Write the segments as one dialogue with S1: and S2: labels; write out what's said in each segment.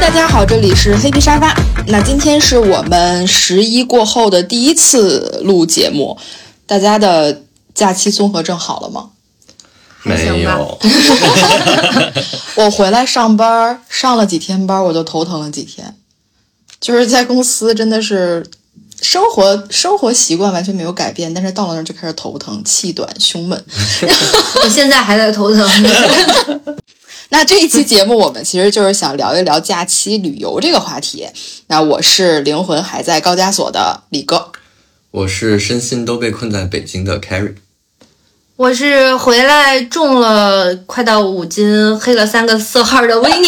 S1: 大家好，这里是黑皮沙发。那今天是我们11过后的第一次录节目，大家的假期综合症好了吗？
S2: 没有。
S1: 我回来上班上了几天班，我就头疼了几天，就是在公司真的是生活习惯完全没有改变，但是到了那儿就开始头疼、气短、胸闷。
S3: 我现在还在头疼。
S1: 那这一期节目我们其实就是想聊一聊假期旅游这个话题。那我是灵魂还在高加索的李哥，
S2: 我是身心都被困在北京的 Carrie，
S3: 我是回来重了快到5斤，黑了3个色号的维尼。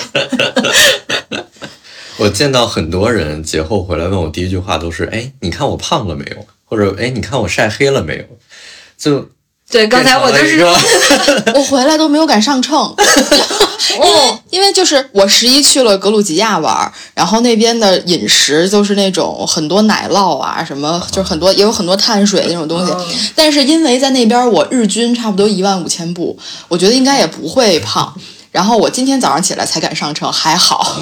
S2: 我见到很多人节后回来问我第一句话都是：哎，你看我胖了没有？或者哎，你看我晒黑了没有？就
S3: 对，刚才我就是
S1: 我回来都没有敢上秤。因为就是我11去了格鲁吉亚玩，然后那边的饮食就是那种很多奶酪啊什么，就是很多也有很多碳水那种东西。但是因为在那边我日均差不多15000步，我觉得应该也不会胖。然后我今天早上起来才敢上秤，还好。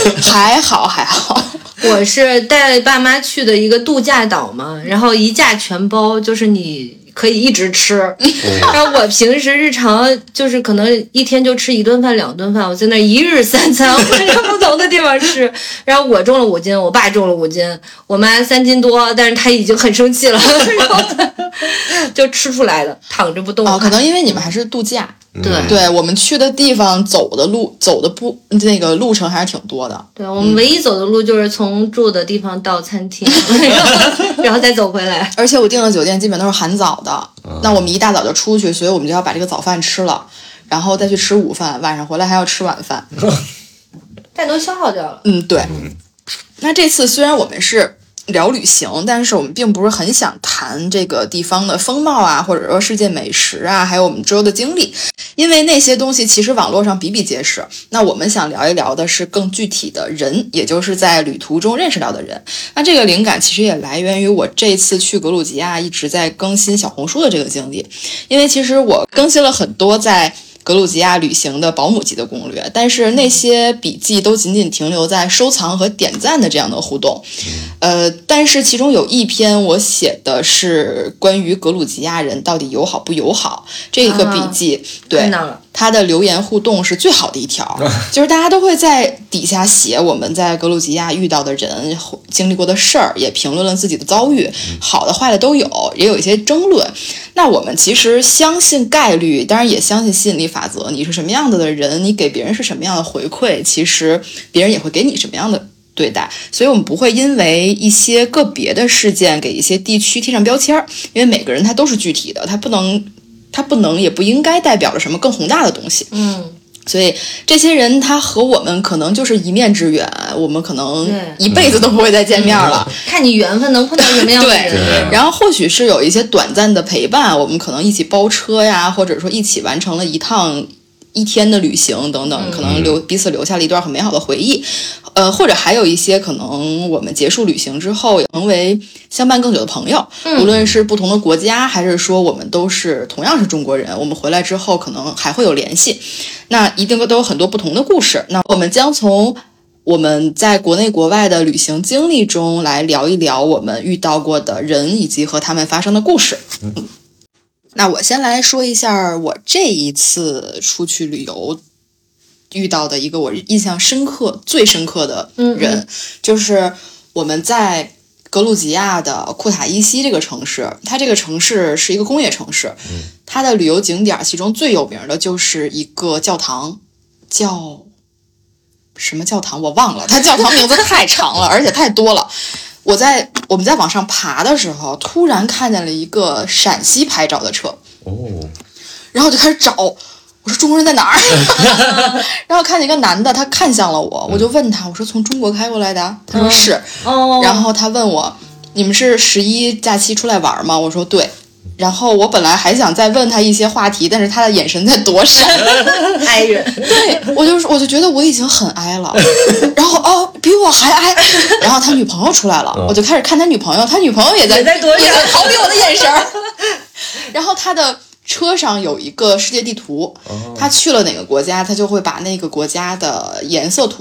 S3: 我是带爸妈去的一个度假岛嘛，然后一价全包，就是你可以一直吃。然后我平时日常就是可能一天就吃1顿饭2顿饭，我在那1日3餐换着不同的地方吃。然后我重了5斤，我爸重了5斤，我妈3斤多，但是她已经很生气了，然后就吃出来的，躺着不动。
S1: 可能因为你们还是度假。
S3: 对，
S1: 我们去的地方走的那个路程还是挺多的。
S3: 对，我们唯一走的路就是从住的地方到餐厅，然后再走回来。
S1: 而且我订的酒店基本都是含早的，那我们一大早就出去，所以我们就要把这个早饭吃了，然后再去吃午饭，晚上回来还要吃晚饭，
S3: 但都消耗掉了。
S1: 对。那这次虽然我们是聊旅行，但是我们并不是很想谈这个地方的风貌啊，或者说世界美食啊，还有我们周游的经历，因为那些东西其实网络上比比皆是。那我们想聊一聊的是更具体的人，也就是在旅途中认识到的人。那这个灵感其实也来源于我这次去格鲁吉亚一直在更新小红书的这个经历，因为其实我更新了很多在格鲁吉亚旅行的保姆级的攻略，但是那些笔记都仅仅停留在收藏和点赞的这样的互动。但是其中有一篇我写的是关于格鲁吉亚人到底友好不友好，这个笔记，对，它的留言互动是最好的一条，就是大家都会在底下写我们在格鲁吉亚遇到的人、经历过的事儿，也评论了自己的遭遇，好的坏的都有，也有一些争论。那我们其实相信概率，当然也相信吸引力法则，你是什么样的人，你给别人是什么样的回馈，其实别人也会给你什么样的对待。所以我们不会因为一些个别的事件给一些地区贴上标签，因为每个人他都是具体的，他不能也不应该代表着什么更宏大的东西。所以这些人他和我们可能就是一面之缘，我们可能一辈子都不会再见面了，
S3: 看你缘分能碰到什么样的人。
S1: 对，然后或许是有一些短暂的陪伴，我们可能一起包车呀，或者说一起完成了一天的旅行等等，可能彼此留下了一段很美好的回忆。或者还有一些可能我们结束旅行之后也成为相伴更久的朋友，无论是不同的国家，还是说我们都是同样是中国人，我们回来之后可能还会有联系，那一定都有很多不同的故事。那我们将从我们在国内国外的旅行经历中来聊一聊我们遇到过的人以及和他们发生的故事。那我先来说一下我这一次出去旅游遇到的一个我印象最深刻的人，就是我们在格鲁吉亚的库塔伊西这个城市，它这个城市是一个工业城市，它的旅游景点其中最有名的就是一个教堂，叫什么教堂我忘了，它教堂名字太长了，而且太多了。我们在往上爬的时候，突然看见了一个陕西牌照的车，然后就开始找，我说中国人在哪儿？然后看见一个男的，他看向了我，我就问他，我说从中国开过来的？他说是。然后他问我，你们是11假期出来玩吗？我说对。然后我本来还想再问他一些话题，但是他的眼神在躲闪，
S3: 哀人。
S1: 对，我就觉得我已经很哀了，然后比我还哀。然后他女朋友出来了，我就开始看他女朋友，他女朋友也在躲闪，也在逃避我的眼神。然后他的车上有一个世界地图，他去了哪个国家，他就会把那个国家的颜色涂上。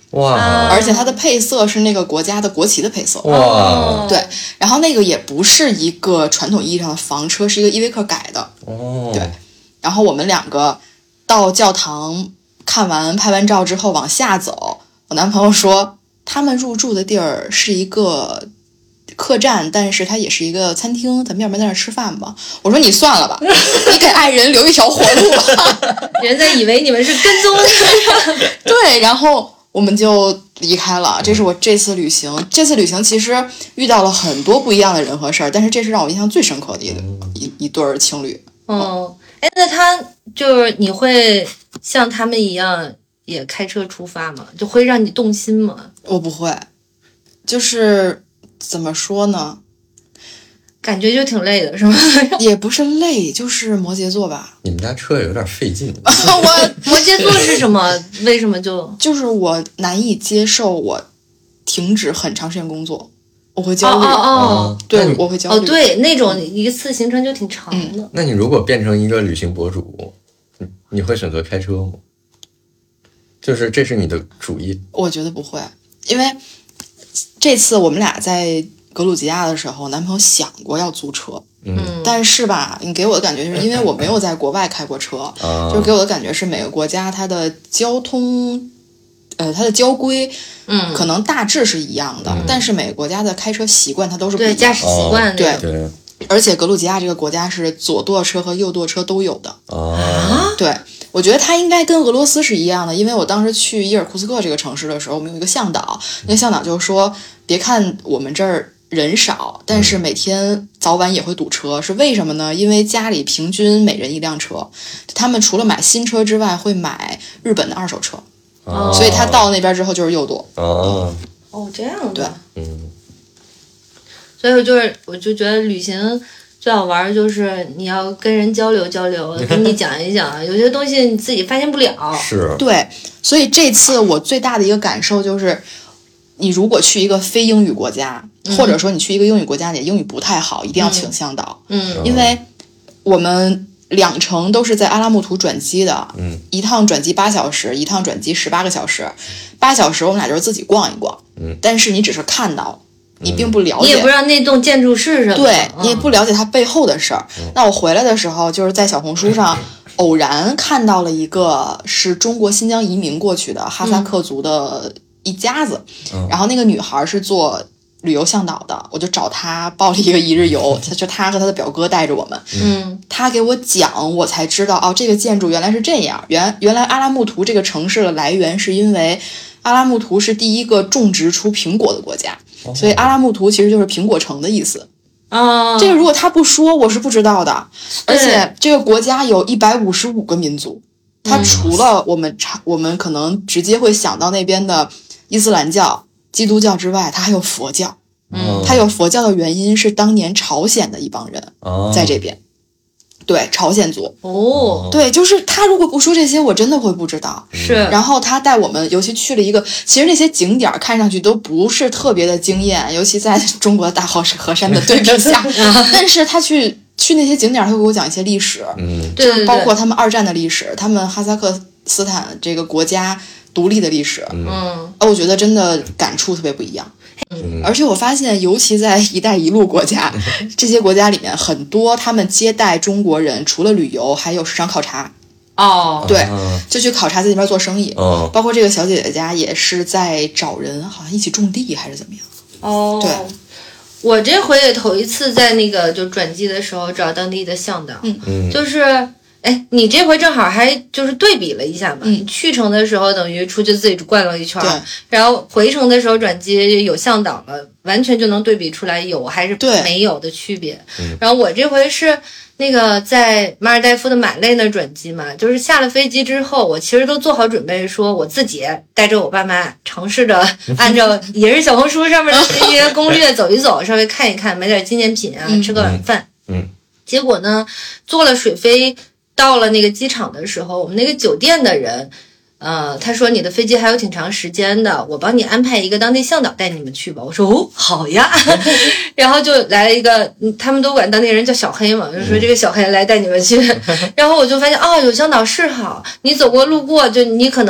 S2: 哇，
S1: 而且它的配色是那个国家的国旗的配色。
S2: 哇，
S1: 对，然后那个也不是一个传统意义上的房车，是一个依维柯改的。
S2: 哦，
S1: 对，然后我们两个到教堂看完拍完照之后往下走，我男朋友说他们入住的地儿是一个客栈，但是它也是一个餐厅，咱们要不然在那儿吃饭吧？我说你算了吧，你给爱人留一条活路吧。
S3: 人家以为你们是跟踪
S1: 对，然后我们就离开了。这是我这次旅行。这次旅行其实遇到了很多不一样的人和事儿，但是这是让我印象最深刻的一对儿情侣。
S3: 哦，哎，那他就是你会像他们一样也开车出发吗？就会让你动心吗？
S1: 我不会，就是怎么说呢？
S3: 感觉就挺累的，是吗？
S1: 也不是累，就是摩羯座吧。
S2: 你们家车也有点费劲。
S1: 我
S3: 摩羯座是什么？为什么就
S1: 就是我难以接受我停止很长时间工作，我会焦虑。对，我会焦虑。
S3: 对，那种一次行程就挺长的。
S2: 那你如果变成一个旅行博主，你会选择开车吗？就是这是你的主意？
S1: 我觉得不会，因为这次我们俩在格鲁吉亚的时候，男朋友想过要租车，但是吧，你给我的感觉就是因为我没有在国外开过车，就是给我的感觉是每个国家它的交通，它的交规，可能大致是一样的，但是每个国家的开车习惯它都是不一样的，
S3: 对驾驶习惯
S1: 对。
S2: 对，
S1: 而且格鲁吉亚这个国家是左舵车和右舵车都有的。对，我觉得它应该跟俄罗斯是一样的，因为我当时去伊尔库斯克这个城市的时候，我们有一个向导，那个向导就说，别看我们这儿人少，但是每天早晚也会堵车，是为什么呢？因为家里平均每人一辆车，他们除了买新车之外，会买日本的二手车，所以他到那边之后就是右舵。
S3: 这样的。
S1: 对，
S3: 所以我就觉得旅行最好玩就是你要跟人交流交流，跟你讲一讲，有些东西你自己发现不了。
S2: 是。
S1: 对，所以这次我最大的一个感受就是，你如果去一个非英语国家，或者说你去一个英语国家，你英语不太好，一定要请向导。因为我们2程都是在阿拉木图转机的，一趟转机8小时，一趟转机18个小时。8小时我们俩就是自己逛一逛，但是你只是看到，你并不了解，
S3: 你也不知道那栋建筑是什么，
S1: 对，你也不了解它背后的事儿。那我回来的时候，就是在小红书上偶然看到了一个是中国新疆移民过去的哈萨克族的一家子，然后那个女孩是做旅游向导的，我就找她报了一个1日游，就她和她的表哥带着我们，她给我讲，我才知道这个建筑原来是这样，原来阿拉木图这个城市的来源是因为阿拉木图是第一个种植出苹果的国家，所以阿拉木图其实就是苹果城的意思。这个如果他不说，我是不知道的。而且这个国家有155个民族，它除了我们可能直接会想到那边的伊斯兰教、基督教之外，它还有佛教。它有佛教的原因是当年朝鲜的一帮人在这边。对，朝鲜族。对，就是他如果不说这些，我真的会不知道。
S3: 是。
S1: 然后他带我们，尤其去了一个，其实那些景点看上去都不是特别的惊艳，尤其在中国的大好河山的对比下。但是他去那些景点，他会给我讲一些历史，
S3: 对，
S1: 包括他们2战的历史，他们哈萨克斯坦这个国家独立的历史。我觉得真的感触特别不一样。而且我发现，尤其在“一带一路”国家，这些国家里面很多，他们接待中国人，除了旅游，还有市场考察。对，就去考察在那边做生意。包括这个小姐姐家也是在找人，好像一起种地还是怎么样。对，
S3: 我这回也头一次在那个就转机的时候找当地的向导，就是。你这回正好还就是对比了一下嘛，去程的时候等于出去自己逛了一圈，然后回程的时候转机有向导了，完全就能对比出来有还是没有的区别。然后我这回是那个在马尔代夫的马累那转机嘛，就是下了飞机之后，我其实都做好准备，说我自己带着我爸妈尝试着按照也是小红书上面的这些攻略走一走，稍微看一看，买点纪念品啊，吃个晚饭。结果呢，坐了水飞。到了那个机场的时候，我们那个酒店的人，他说你的飞机还有挺长时间的，我帮你安排一个当地向导带你们去吧。我说好呀，然后就来了一个，他们都管当地人叫小黑嘛，就说这个小黑来带你们去。然后我就发现有向导是好，你走过路过，就你可能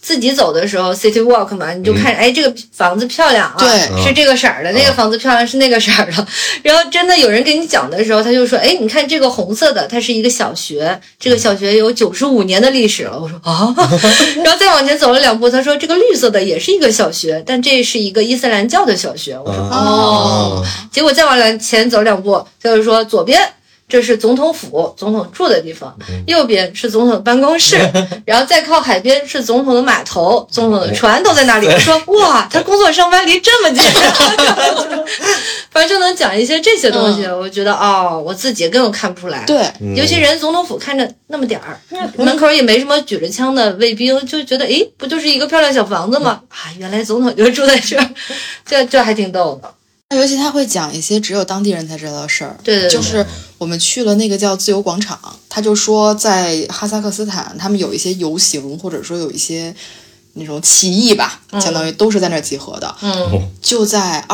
S3: 自己走的时候 city walk 嘛，你就看哎这个房子漂亮啊，
S1: 对
S3: 是这个色儿的，那个房子漂亮是那个色儿的。然后真的有人给你讲的时候，他就说，哎，你看这个红色的，它是一个小学，这个小学有95年的历史了。我说啊，然后再往前走了2步，他说这个绿色的也是一个小学，但这是一个伊斯兰教的小学。我说哦，结果再往前走2步，他就说左边这是总统府，总统住的地方，右边是总统的办公室，然后再靠海边是总统的码头，总统的船都在那里。我说哇，他工作上班离这么近，反正就能讲一些这些东西。我觉得哦，我自己根本看不出来。
S1: 对，
S3: 尤其人总统府看着那么点儿，门口也没什么举着枪的卫兵，就觉得诶，不就是一个漂亮小房子吗？啊，原来总统就住在这儿，这还挺逗的。
S1: 尤其他会讲一些只有当地人才知道的事儿，
S3: 对，
S1: 就是我们去了那个叫自由广场，他就说在哈萨克斯坦，他们有一些游行，或者说有一些那种起义吧，相当于都是在那儿集合的。就在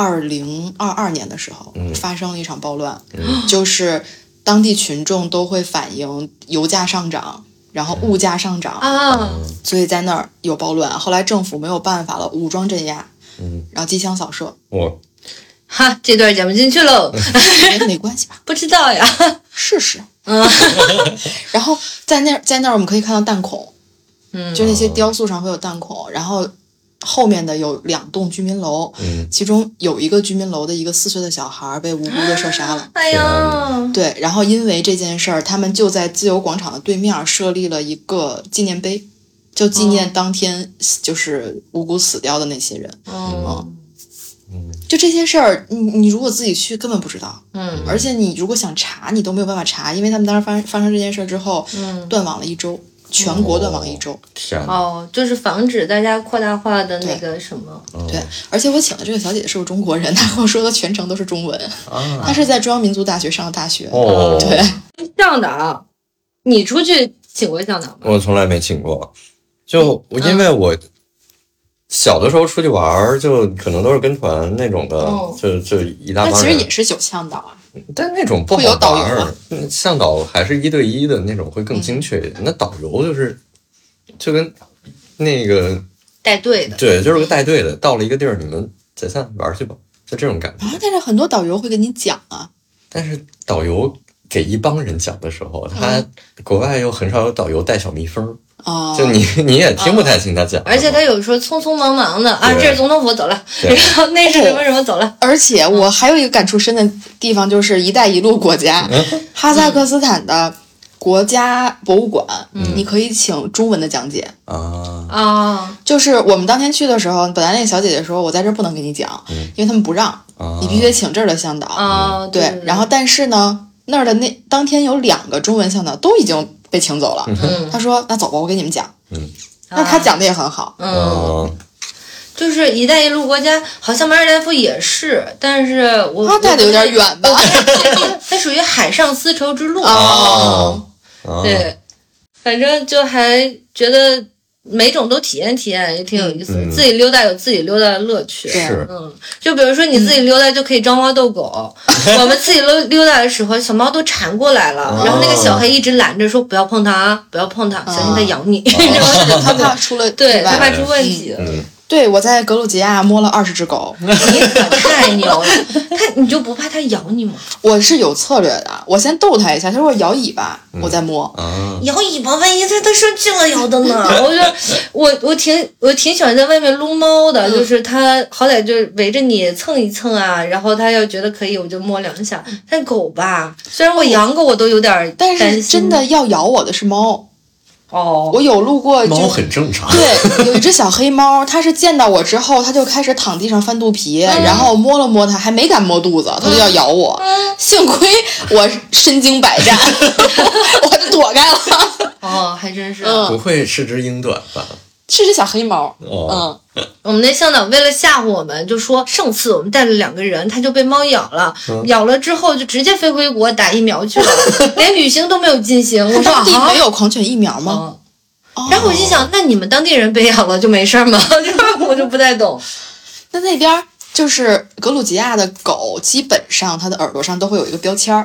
S1: 2022年的时候，发生了一场暴乱，就是当地群众都会反映油价上涨，然后物价上涨
S3: 啊，
S1: 所以在那儿有暴乱。后来政府没有办法了，武装镇压，然后机枪扫射。
S3: 哈，这段讲不进去喽，
S1: 没关系吧？
S3: 不知道呀，
S1: 试试。然后在那儿我们可以看到弹孔，就那些雕塑上会有弹孔，然后后面的有2栋居民楼，其中有一个居民楼的一个4岁的小孩被无辜的射杀了。
S3: 哎呀，
S1: 对，然后因为这件事儿，他们就在自由广场的对面设立了一个纪念碑，就纪念当天就是无辜死掉的那些人。就这些事儿，你如果自己去根本不知道，而且你如果想查，你都没有办法查，因为他们当时发生这件事之后，断网了1周，全国断网1周。
S2: 天
S3: 就是防止大家扩大化的那个什么。
S1: 对，而且我请的这个小姐姐是个中国人，她跟我说的全程都是中文，她是在中央民族大学上的大学。对，
S3: 向导，你出去请过向导吗？
S2: 我从来没请过，就因为我。小的时候出去玩，就可能都是跟团那种的，就一大帮人。
S1: 那其实也是有向导啊，
S2: 但那种不好玩。会有导游啊，向导还是1对1的那种会更精确一点。那导游就跟那个
S3: 带队的，
S2: 对，就是个带队的。到了一个地儿，你们解散玩去吧，就这种感觉。
S1: 但是很多导游会跟你讲啊。
S2: 但是导游给一帮人讲的时候，他国外又很少有导游带小蜜蜂。就你也听不太清他讲，
S3: 而且他有时候匆匆忙忙的啊，这是总统府走了，然后那是什么什么走了。
S1: 而且我还有一个感触深的地方，就是“一带一路”国家，哈萨克斯坦的国家博物馆，你可以请中文的讲解就是我们当天去的时候，本来那个小姐姐说，我在这儿不能给你讲，因为他们不让，你必须得请这儿的向导对，然后但是呢，那儿的当天有2个中文向导都已经被请走了。他说那走吧，我给你们讲。那他讲的也很好。
S3: 就是一带一路国家，好像马尔代夫也是，但是他
S1: 带的有点远吧。
S3: 它属于海上丝绸之路。对，反正就还觉得每种都体验体验也挺有意思的，自己溜达有自己溜达的乐趣。
S2: 是，
S3: 就比如说你自己溜达就可以招猫逗狗，我们自己溜达的时候，小猫都缠过来了，然后那个小黑一直拦着说不要碰它啊，不要碰它，小心它咬你。
S1: 他怕出了
S3: 对，他怕出问题。
S1: 对，我在格鲁吉亚摸了20只狗。
S3: 你可太牛了！你就不怕它咬你吗？
S1: 我是有策略的，我先逗它一下，它说摇尾巴，我再摸。
S3: 摇尾巴，万一它生气了咬的呢？我挺喜欢在外面撸猫的，就是它好歹就围着你蹭一蹭啊，然后它要觉得可以，我就摸2下。但狗吧，虽然我养狗我都有点担心，
S1: 但是真的要咬我的是猫。我有路过，
S2: 猫很正常。
S1: 对，有一只小黑猫，它是见到我之后，它就开始躺地上翻肚皮，然后摸了摸它，还没敢摸肚子，它就要咬我。幸亏我身经百战，我就躲开了。
S3: 还真是。
S2: 不会是只英短吧？
S1: 是只小黑猫。
S3: 我们那向导为了吓唬我们，就说上次我们带了2个人，他就被猫咬了，咬了之后就直接飞回国打疫苗去了，连旅行都没有进行。我说
S1: 当地没有狂犬疫苗吗？
S3: 然后我心想，那你们当地人被咬了就没事吗？我就不太懂。
S1: 那边就是格鲁吉亚的狗，基本上它的耳朵上都会有一个标签儿，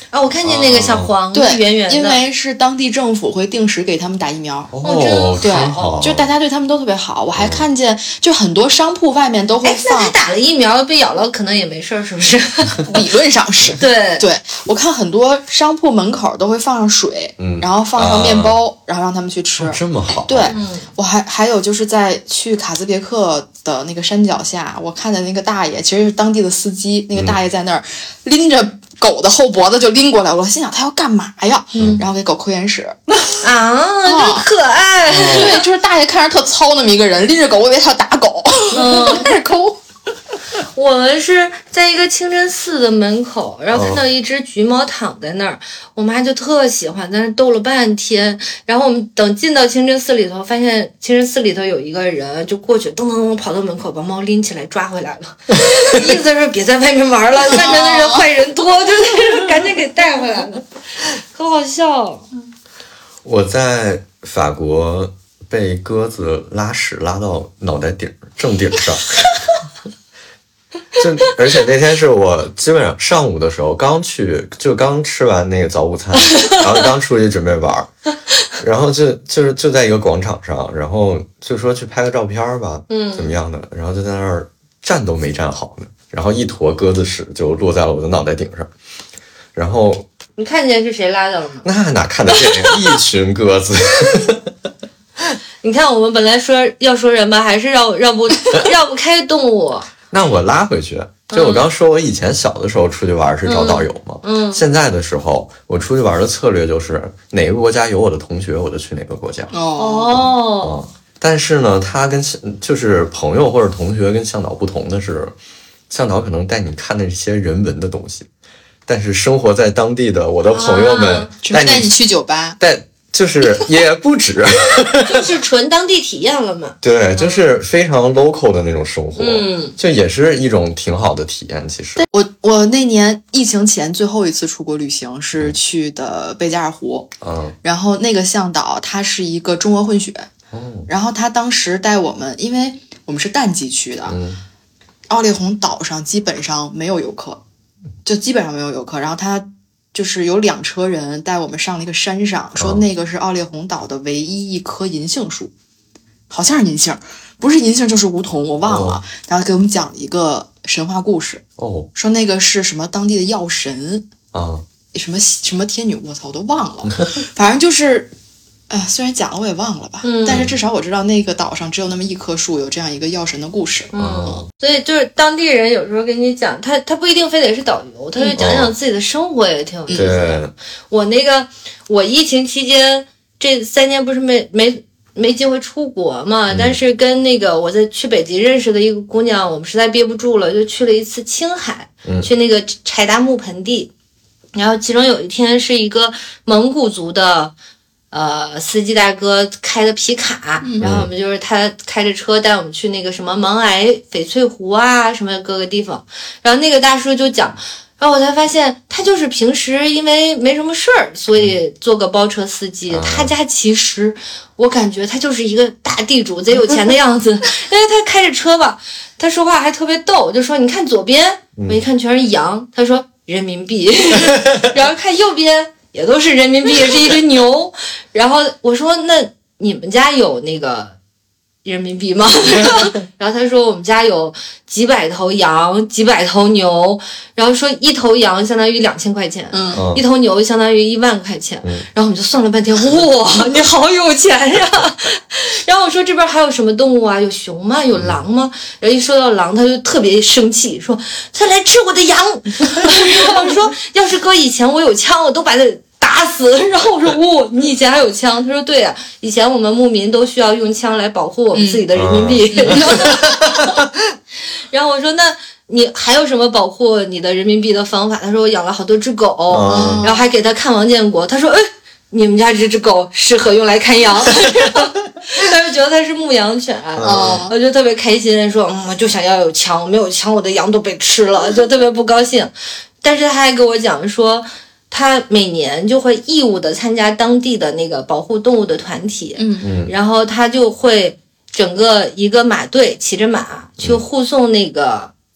S3: 啊，我看见那个小黄
S1: 对，
S3: 圆圆的，
S1: 因为是当地政府会定时给他们打疫苗。对，就大家对他们都特别好。我还看见，就很多商铺外面都会放。
S3: 那他打了疫苗被咬了，可能也没事儿，是不是？
S1: 理论上是。
S3: 对，
S1: 我看很多商铺门口都会放上水，然后放上面包，然后让他们去吃。
S2: 这么好。
S1: 对，我还有就是在去卡兹别克的那个山脚下，我看见那个大爷其实是当地的司机，那个大爷在那儿拎着狗的后脖子就拎过来，我心想他要干嘛呀？然后给狗抠眼屎
S3: 啊，真可爱。
S1: 对，就是大爷看着特糙那么一个人，拎着狗，我以为他要打狗，开始抠。
S3: 我们是在一个清真寺的门口，然后看到一只橘猫躺在那儿，我妈就特喜欢，在那逗了半天。然后我们等进到清真寺里头，发现清真寺里头有一个人就过去，噔噔噔跑到门口，把猫拎起来抓回来了，意思是别在外面玩了，外面的人坏人多，就是赶紧给带回来了，可好笑。
S2: 我在法国被鸽子拉屎拉到脑袋正顶上。而且那天是我基本上上午的时候刚吃完那个早午餐，然后刚出去准备玩，然后就在一个广场上，然后就说去拍个照片吧，怎么样的，然后就在那儿站都没站好呢，然后一坨鸽子屎就落在了我的脑袋顶上，然后
S3: 你看见是谁拉的了吗？
S2: 那哪看得见一群鸽子。
S3: 你看我们本来要说人吧，还是绕不开动物。
S2: 那我拉回去，就我刚说，我以前小的时候出去玩是找导游嘛，现在的时候我出去玩的策略就是哪个国家有我的同学，我就去哪个国家。但是呢，他跟就是朋友或者同学跟向导不同的是，向导可能带你看那些人文的东西，但是生活在当地的我的朋友们
S1: 带你去酒吧，
S2: 就是也不止，
S3: 就是纯当地体验了嘛。
S2: 对，就是非常 local 的那种生活，就也是一种挺好的体验。其实
S1: 我那年疫情前最后一次出国旅行是去的贝加尔湖，然后那个向导他是一个中俄混血，然后他当时带我们，因为我们是淡季去的，奥列洪岛上基本上没有游客，然后他就是有2车人带我们上了一个山上，说那个是奥列洪岛的唯一一棵银杏树，好像是银杏，不是银杏就是梧桐，我忘了。然后给我们讲了一个神话故事，说那个是什么当地的药神什么天女，我操，我都忘了，反正就是。虽然讲了我也忘了吧，但是至少我知道那个岛上只有那么一棵树，有这样一个药神的故事。
S3: 所以就是当地人有时候跟你讲，他不一定非得是导游，他就讲讲自己的生活也挺有意思的。我疫情期间这3年不是没机会出国嘛，但是跟那个我在去北极认识的一个姑娘，我们实在憋不住了，就去了一次青海，去那个柴达木盆地，然后其中有一天是一个蒙古族的。司机大哥开的皮卡，然后我们就是他开着车带我们去那个什么勐崖翡翠湖啊，什么各个地方。然后那个大叔就讲，然后我才发现他就是平时因为没什么事儿，所以做个包车司机。他家其实我感觉他就是一个大地主，贼有钱的样子。因为他开着车吧，他说话还特别逗，就说你看左边，我一看全是羊，他说人民币，然后看右边。也都是人民币，是一堆牛。然后我说那你们家有那个人民币吗？然后他说我们家有几百头羊，几百头牛，然后说一头羊相当于2000块钱，一头牛相当于10000块钱。然后我们就算了半天，哇，你好有钱呀！然后我说这边还有什么动物啊？有熊吗？有狼吗？然后一说到狼，他就特别生气，说他来吃我的羊。然后我说要是搁以前我有枪，我都把他打死。然后我说你以前还有枪？他说对啊，以前我们牧民都需要用枪来保护我们自己的人民币。然后我说那你还有什么保护你的人民币的方法？他说我养了好多只狗，然后还给他看王建国。他说你们家这只狗适合用来看羊。他就觉得它是牧羊犬，我就特别开心，说我就想要有枪，没有枪我的羊都被吃了，就特别不高兴。但是他还跟我讲说他每年就会义务的参加当地的那个保护动物的团体，然后他就会整个一个马队骑着马去护送那个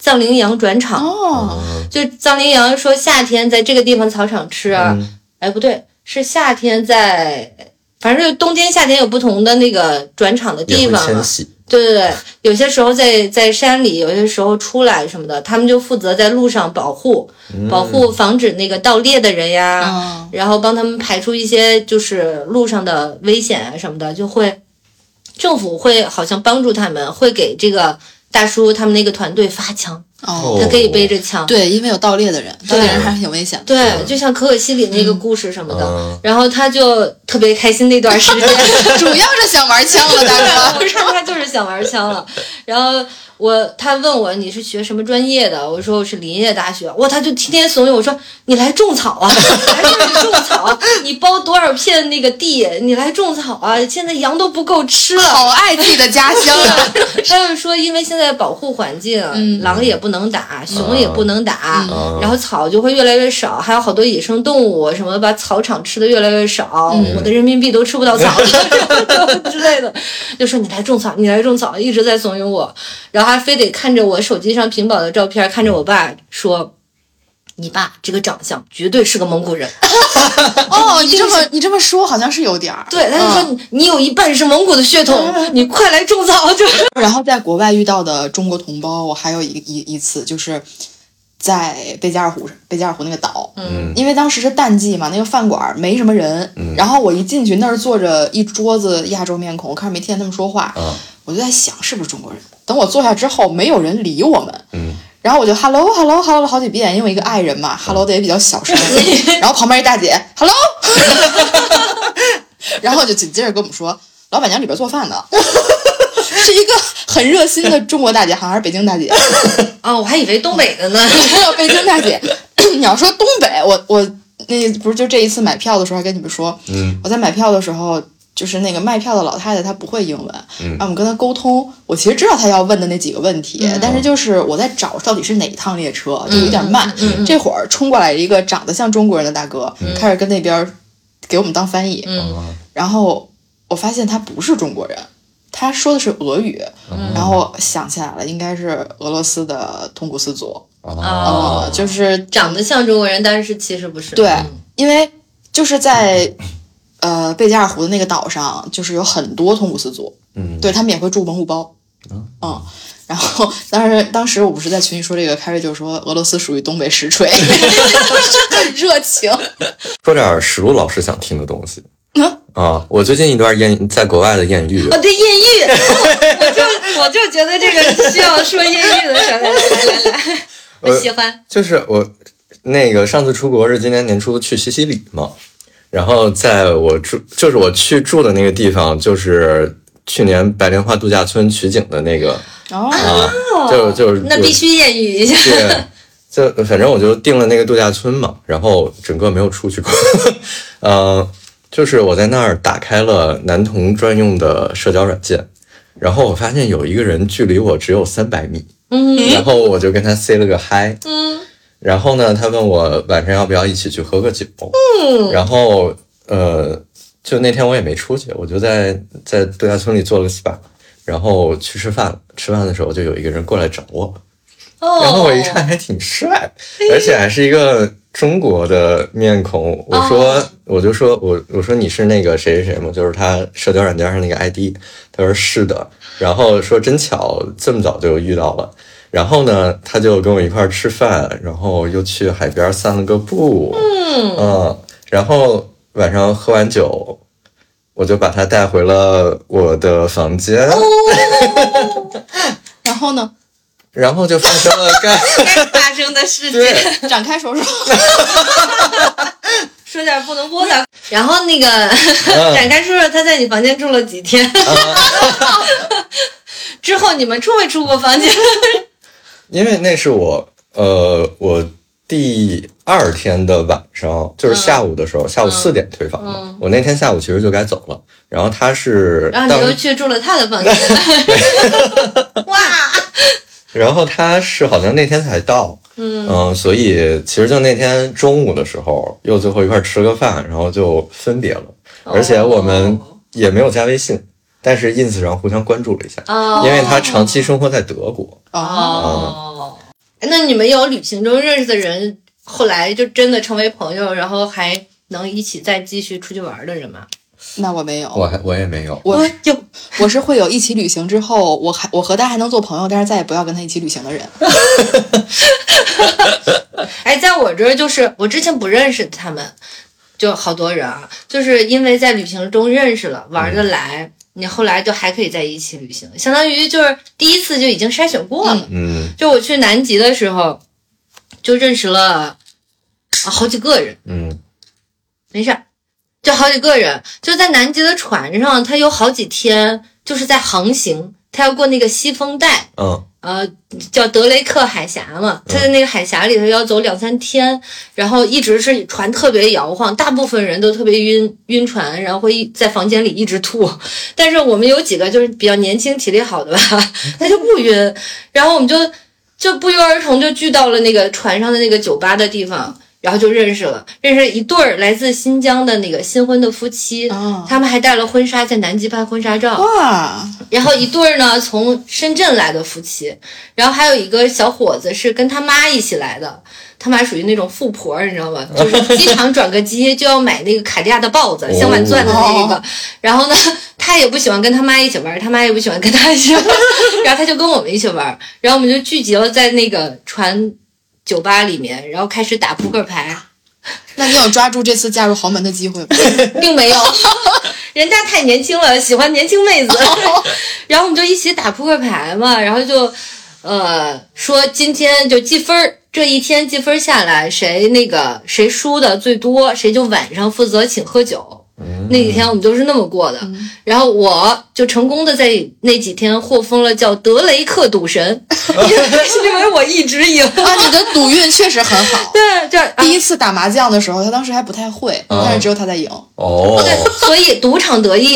S3: 藏羚羊转场。就藏羚羊说夏天在这个地方草场吃，不对，是夏天在，反正冬天夏天有不同的那个转场的地方嘛。对，有些时候在山里，有些时候出来什么的，他们就负责在路上保护，防止那个盗猎的人呀，然后帮他们排除一些就是路上的危险啊什么的，就会政府会好像帮助他们，会给这个大叔他们那个团队发枪。他可以背着枪，
S1: 对，因为有盗猎的人，盗猎人还是挺危险的。
S3: 对，就像可可西里那个故事什么的，然后他就特别开心那段时间，
S1: 主要是想玩枪了，大哥。
S3: 我看他就是想玩枪了。然后他问我你是学什么专业的，我说我是林业大学。他就天天怂恿我说你来种草啊，来这里种草，你包多少片那个地，你来种草啊。现在羊都不够吃了，
S1: 好爱自己的家乡啊。
S3: 他就说因为现在保护环境，狼也不能打，熊也不能打，然后草就会越来越少，还有好多野生动物什么把草场吃的越来越少，我的人民币都吃不到草了之类的，就说你来种草，你来种草，一直在怂恿我，然后还非得看着我手机上屏保的照片，看着我爸说你爸这个长相绝对是个蒙古人。
S1: 你这么说好像是有点儿。
S3: 对，他就说你有一半是蒙古的血统，你快来种草。
S1: 然后在国外遇到的中国同胞，我还有一次就是在贝加尔湖那个岛，因为当时是淡季嘛，那个饭馆没什么人，然后我一进去那儿坐着一桌子亚洲面孔，我看着没听见他们说话，我就在想是不是中国人。等我坐下之后，没有人理我们，然后我就 hello 了好几遍，因为一个爱人嘛，hello 的也比较小声，然后旁边一大姐 hello， 然后就紧接着跟我们说，老板娘里边做饭呢。是一个很热心的中国大姐，好像是北京大姐。
S3: 我还以为东北的呢。
S1: 北京大姐，你要说东北，我那不是就这一次买票的时候还跟你们说，我在买票的时候，就是那个卖票的老太太她不会英文，然后我们跟她沟通，我其实知道她要问的那几个问题，但是就是我在找到底是哪一趟列车，就有点慢。这会儿冲过来一个长得像中国人的大哥，开始跟那边给我们当翻译，然后我发现他不是中国人。他说的是俄语，然后想起来了，应该是俄罗斯的通古斯族，就是
S3: 长得像中国人，但是其实不是。
S1: 对，因为就是在贝加尔湖的那个岛上，就是有很多通古斯族，对他们也会住蒙古包，然后当时我不是在群里说这个，开瑞就说俄罗斯属于东北实锤，很热情。
S2: 说点史璐老师想听的东西。我最近一段在国外的艳遇。
S3: 对艳遇，我就觉得这个需要说艳遇的事儿。来，我喜欢。
S2: 就是我那个上次出国是今年年初去西西里嘛，然后我去住的那个地方，就是去年白莲花度假村取景的那个。就是
S3: 那必须艳遇一下。
S2: 对，就反正我就订了那个度假村嘛，然后整个没有出去过。就是我在那儿打开了男童专用的社交软件，然后我发现有一个人距离我只有300米，然后我就跟他 say 了个hi，然后呢，他问我晚上要不要一起去喝个酒，然后就那天我也没出去，我就在度假村里做了个 SPA， 然后去吃饭的时候就有一个人过来找我，然后我一看还挺帅，而且还是一个中国的面孔，我就说你是那个谁谁吗？就是他社交软件上那个 ID， 他说是的，然后说真巧这么早就遇到了，然后呢他就跟我一块吃饭，然后又去海边散了个步，然后晚上喝完酒，我就把他带回了我的房间，
S1: 然后呢？
S2: 然后就发生了该
S3: 发生的事情，
S1: 展开说说，
S3: 说点不能播的。然后那个展开说说他在你房间住了几天，之后你们出没出过房间？
S2: 因为那是我第2天的晚上，就是下午的时候，下午4点退房嘛。我那天下午其实就该走了，然后他是，
S3: 然后你又去住了他的房间，哇！
S2: 然后他是好像那天才到，所以其实就那天中午的时候又最后一块吃个饭，然后就分别了，而且我们也没有加微信，但是 ins 上互相关注了一下，因为他长期生活在德国。
S3: 那你们有旅行中认识的人，后来就真的成为朋友，然后还能一起再继续出去玩的人吗？
S1: 那我没有，
S2: 我也没有。
S1: 我是会有一起旅行之后，我和他还能做朋友，但是再也不要跟他一起旅行的人。
S3: 哎，在我这儿就是我之前不认识他们，就好多人啊，就是因为在旅行中认识了，玩得来，你后来就还可以在一起旅行，相当于就是第一次就已经筛选过了。就我去南极的时候，就认识了好几个人。没事。就好几个人，就在南极的船上，他有好几天就是在航行，他要过那个西风带，叫德雷克海峡嘛，他在那个海峡里头要走2-3天，然后一直是船特别摇晃，大部分人都特别晕船，然后会在房间里一直吐，但是我们有几个就是比较年轻体力好的吧，他就不晕，然后我们就不约而同就聚到了那个船上的那个酒吧的地方。然后就认识一对儿来自新疆的那个新婚的夫妻，他们还带了婚纱在南极拍婚纱照。
S1: 哇！然
S3: 后一对儿呢从深圳来的夫妻，然后还有一个小伙子是跟他妈一起来的，他妈属于那种富婆，你知道吗？就是机场转个机就要买那个卡地亚的豹子，镶满钻的那个。然后呢，他也不喜欢跟他妈一起玩，他妈也不喜欢跟他一起玩，然后他就跟我们一起玩，然后我们就聚集了在那个船酒吧里面，然后开始打扑克牌。
S1: 那你有抓住这次嫁入豪门的机会吗？
S3: 并没有，人家太年轻了，喜欢年轻妹子。然后我们就一起打扑克牌嘛，然后就说今天就积分，这一天积分下来，谁输的最多，谁就晚上负责请喝酒。那几天我们都是那么过的，然后我就成功的在那几天获封了叫德雷克赌神，因为我一直赢
S1: 你的赌运确实很好。
S3: 对，就
S1: 第一次打麻将的时候，他当时还不太会，但是只有他在赢。
S3: 对，所以赌场得意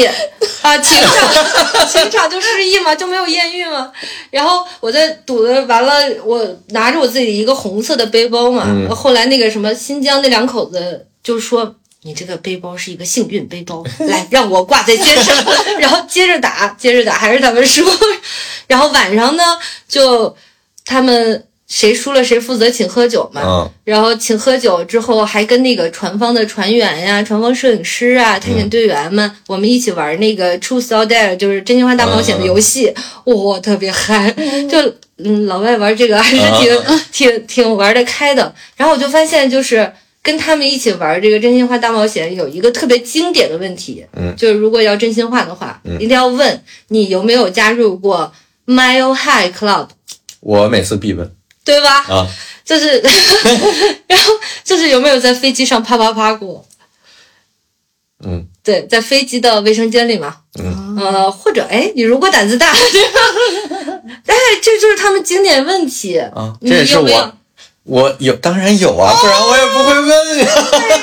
S3: 情场就失意嘛，就没有艳遇嘛。然后我在赌的完了，我拿着我自己一个红色的背包嘛，后来那个什么新疆那两口子就说，你这个背包是一个幸运背包，来让我挂在肩上，然后接着打，还是他们输。然后晚上呢，就他们谁输了谁负责请喝酒嘛。然后请喝酒之后，还跟那个船方的船员呀、船方摄影师啊、探险队员们，我们一起玩那个 Truth or Dare， 就是真心话大冒险的游戏，特别嗨。就老外玩这个还是挺玩得开的。然后我就发现就是跟他们一起玩这个真心话大冒险有一个特别经典的问题，就是如果要真心话的话，一定要问你有没有加入过 Mile High Club。
S2: 我每次必问，
S3: 对吧？就是然后就是有没有在飞机上啪啪啪过？对，在飞机的卫生间里嘛。或者你如果胆子大，这就是他们经典问题
S2: 这也是我有，当然有啊，不然我也不会问呀。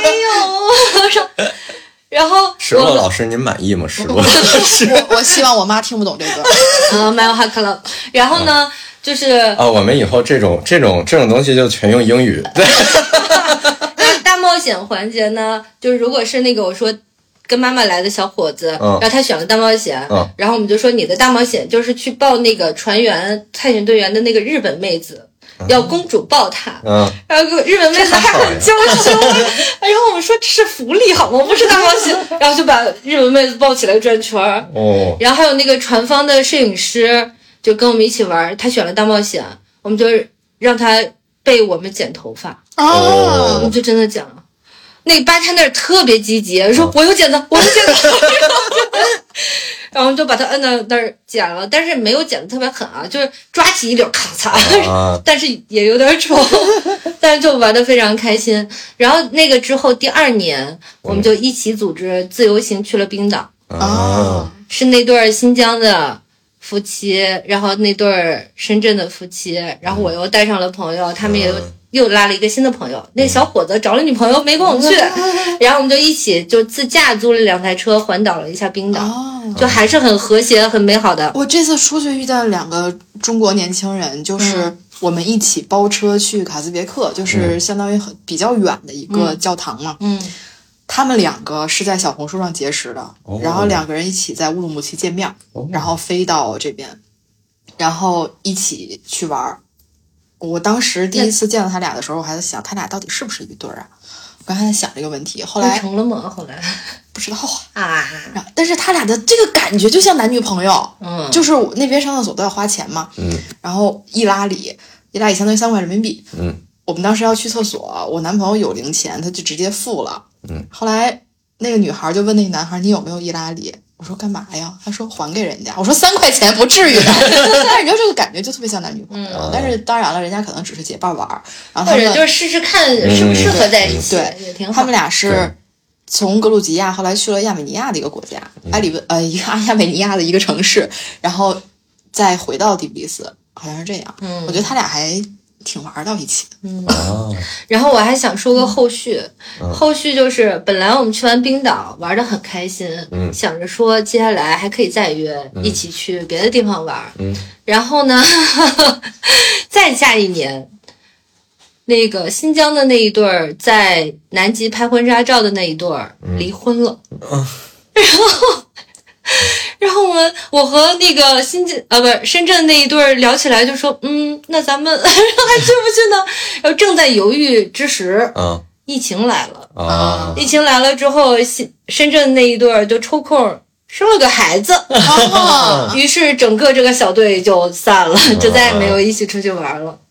S2: 然后石落老师您满意吗？石落
S1: 我希望我妈听不懂这个。
S3: Mile High Club。然后呢，就是
S2: 我们以后这种东西就全用英语。
S3: 大冒险环节呢，就是如果是那个我说跟妈妈来的小伙子，然后他选了大冒险，然后我们就说你的大冒险就是去抱那个船员探险队员的那个日本妹子。要公主抱他，然后日本妹子还很娇羞，然后我们说这是福利好吗？不是大冒险，然后就把日本妹子抱起来转圈然后还有那个船方的摄影师就跟我们一起玩，他选了大冒险，我们就让他被我们剪头发我们就真的剪了。那个bartender特别积极，说我有剪子，然后就把他摁到那儿剪了，但是没有剪得特别狠就是抓起一绺咔嚓，但是也有点丑，但是就玩得非常开心。然后那个之后第2年，我们就一起组织自由行去了冰岛。是那对新疆的夫妻，然后那对深圳的夫妻，然后我又带上了朋友，他们又拉了一个新的朋友，那小伙子找了女朋友没跟我们去，然后我们就一起就自驾租了2台车环岛了一下冰岛，就还是很和谐很美好的。
S1: 我这次出去遇到2个中国年轻人，就是我们一起包车去卡斯别克，就是相当于比较远的一个教堂嘛。他们2个是在小红书上结识的，然后2个人一起在乌鲁木齐见面，然后飞到这边，然后一起去玩。 我当时第一次见到他俩的时候，我还在想他俩到底是不是一对儿啊？我刚才在想这个问题，后来
S3: 成了吗？后来
S1: 不知道
S3: 啊。
S1: 但是他俩的这个感觉就像男女朋友，就是那边上厕所都要花钱嘛，然后一拉里相当于3块人民币，我们当时要去厕所，我男朋友有零钱，他就直接付了，后来那个女孩就问那个男孩，你有没有一拉里？我说干嘛呀？他说还给人家。我说3块钱不至于的，但是你知道这个感觉就特别像男女朋友。但是当然了，人家可能只是结伴玩，然后
S3: 或者就试试看适不适合在一起，
S1: 对，
S3: 也挺好。
S1: 他们俩是从格鲁吉亚后来去了亚美尼亚的一个国家，亚美尼亚的一个城市，然后再回到第比利斯，好像是这样。我觉得他俩还挺玩到一起的。
S3: 然后我还想说个后续，后续就是本来我们去完冰岛玩得很开心，想着说接下来还可以再约一起去别的地方玩，然后呢再下一年那个新疆的那一对儿在南极拍婚纱照的那一对儿离婚了，然后我和那个深圳那一对聊起来就说，那咱们还去不去呢？然后正在犹豫之时，疫情来了，疫情来了之后，深圳那一对就抽空生了个孩子，于是整个这个小队就散了，就再也没有一起出去玩了，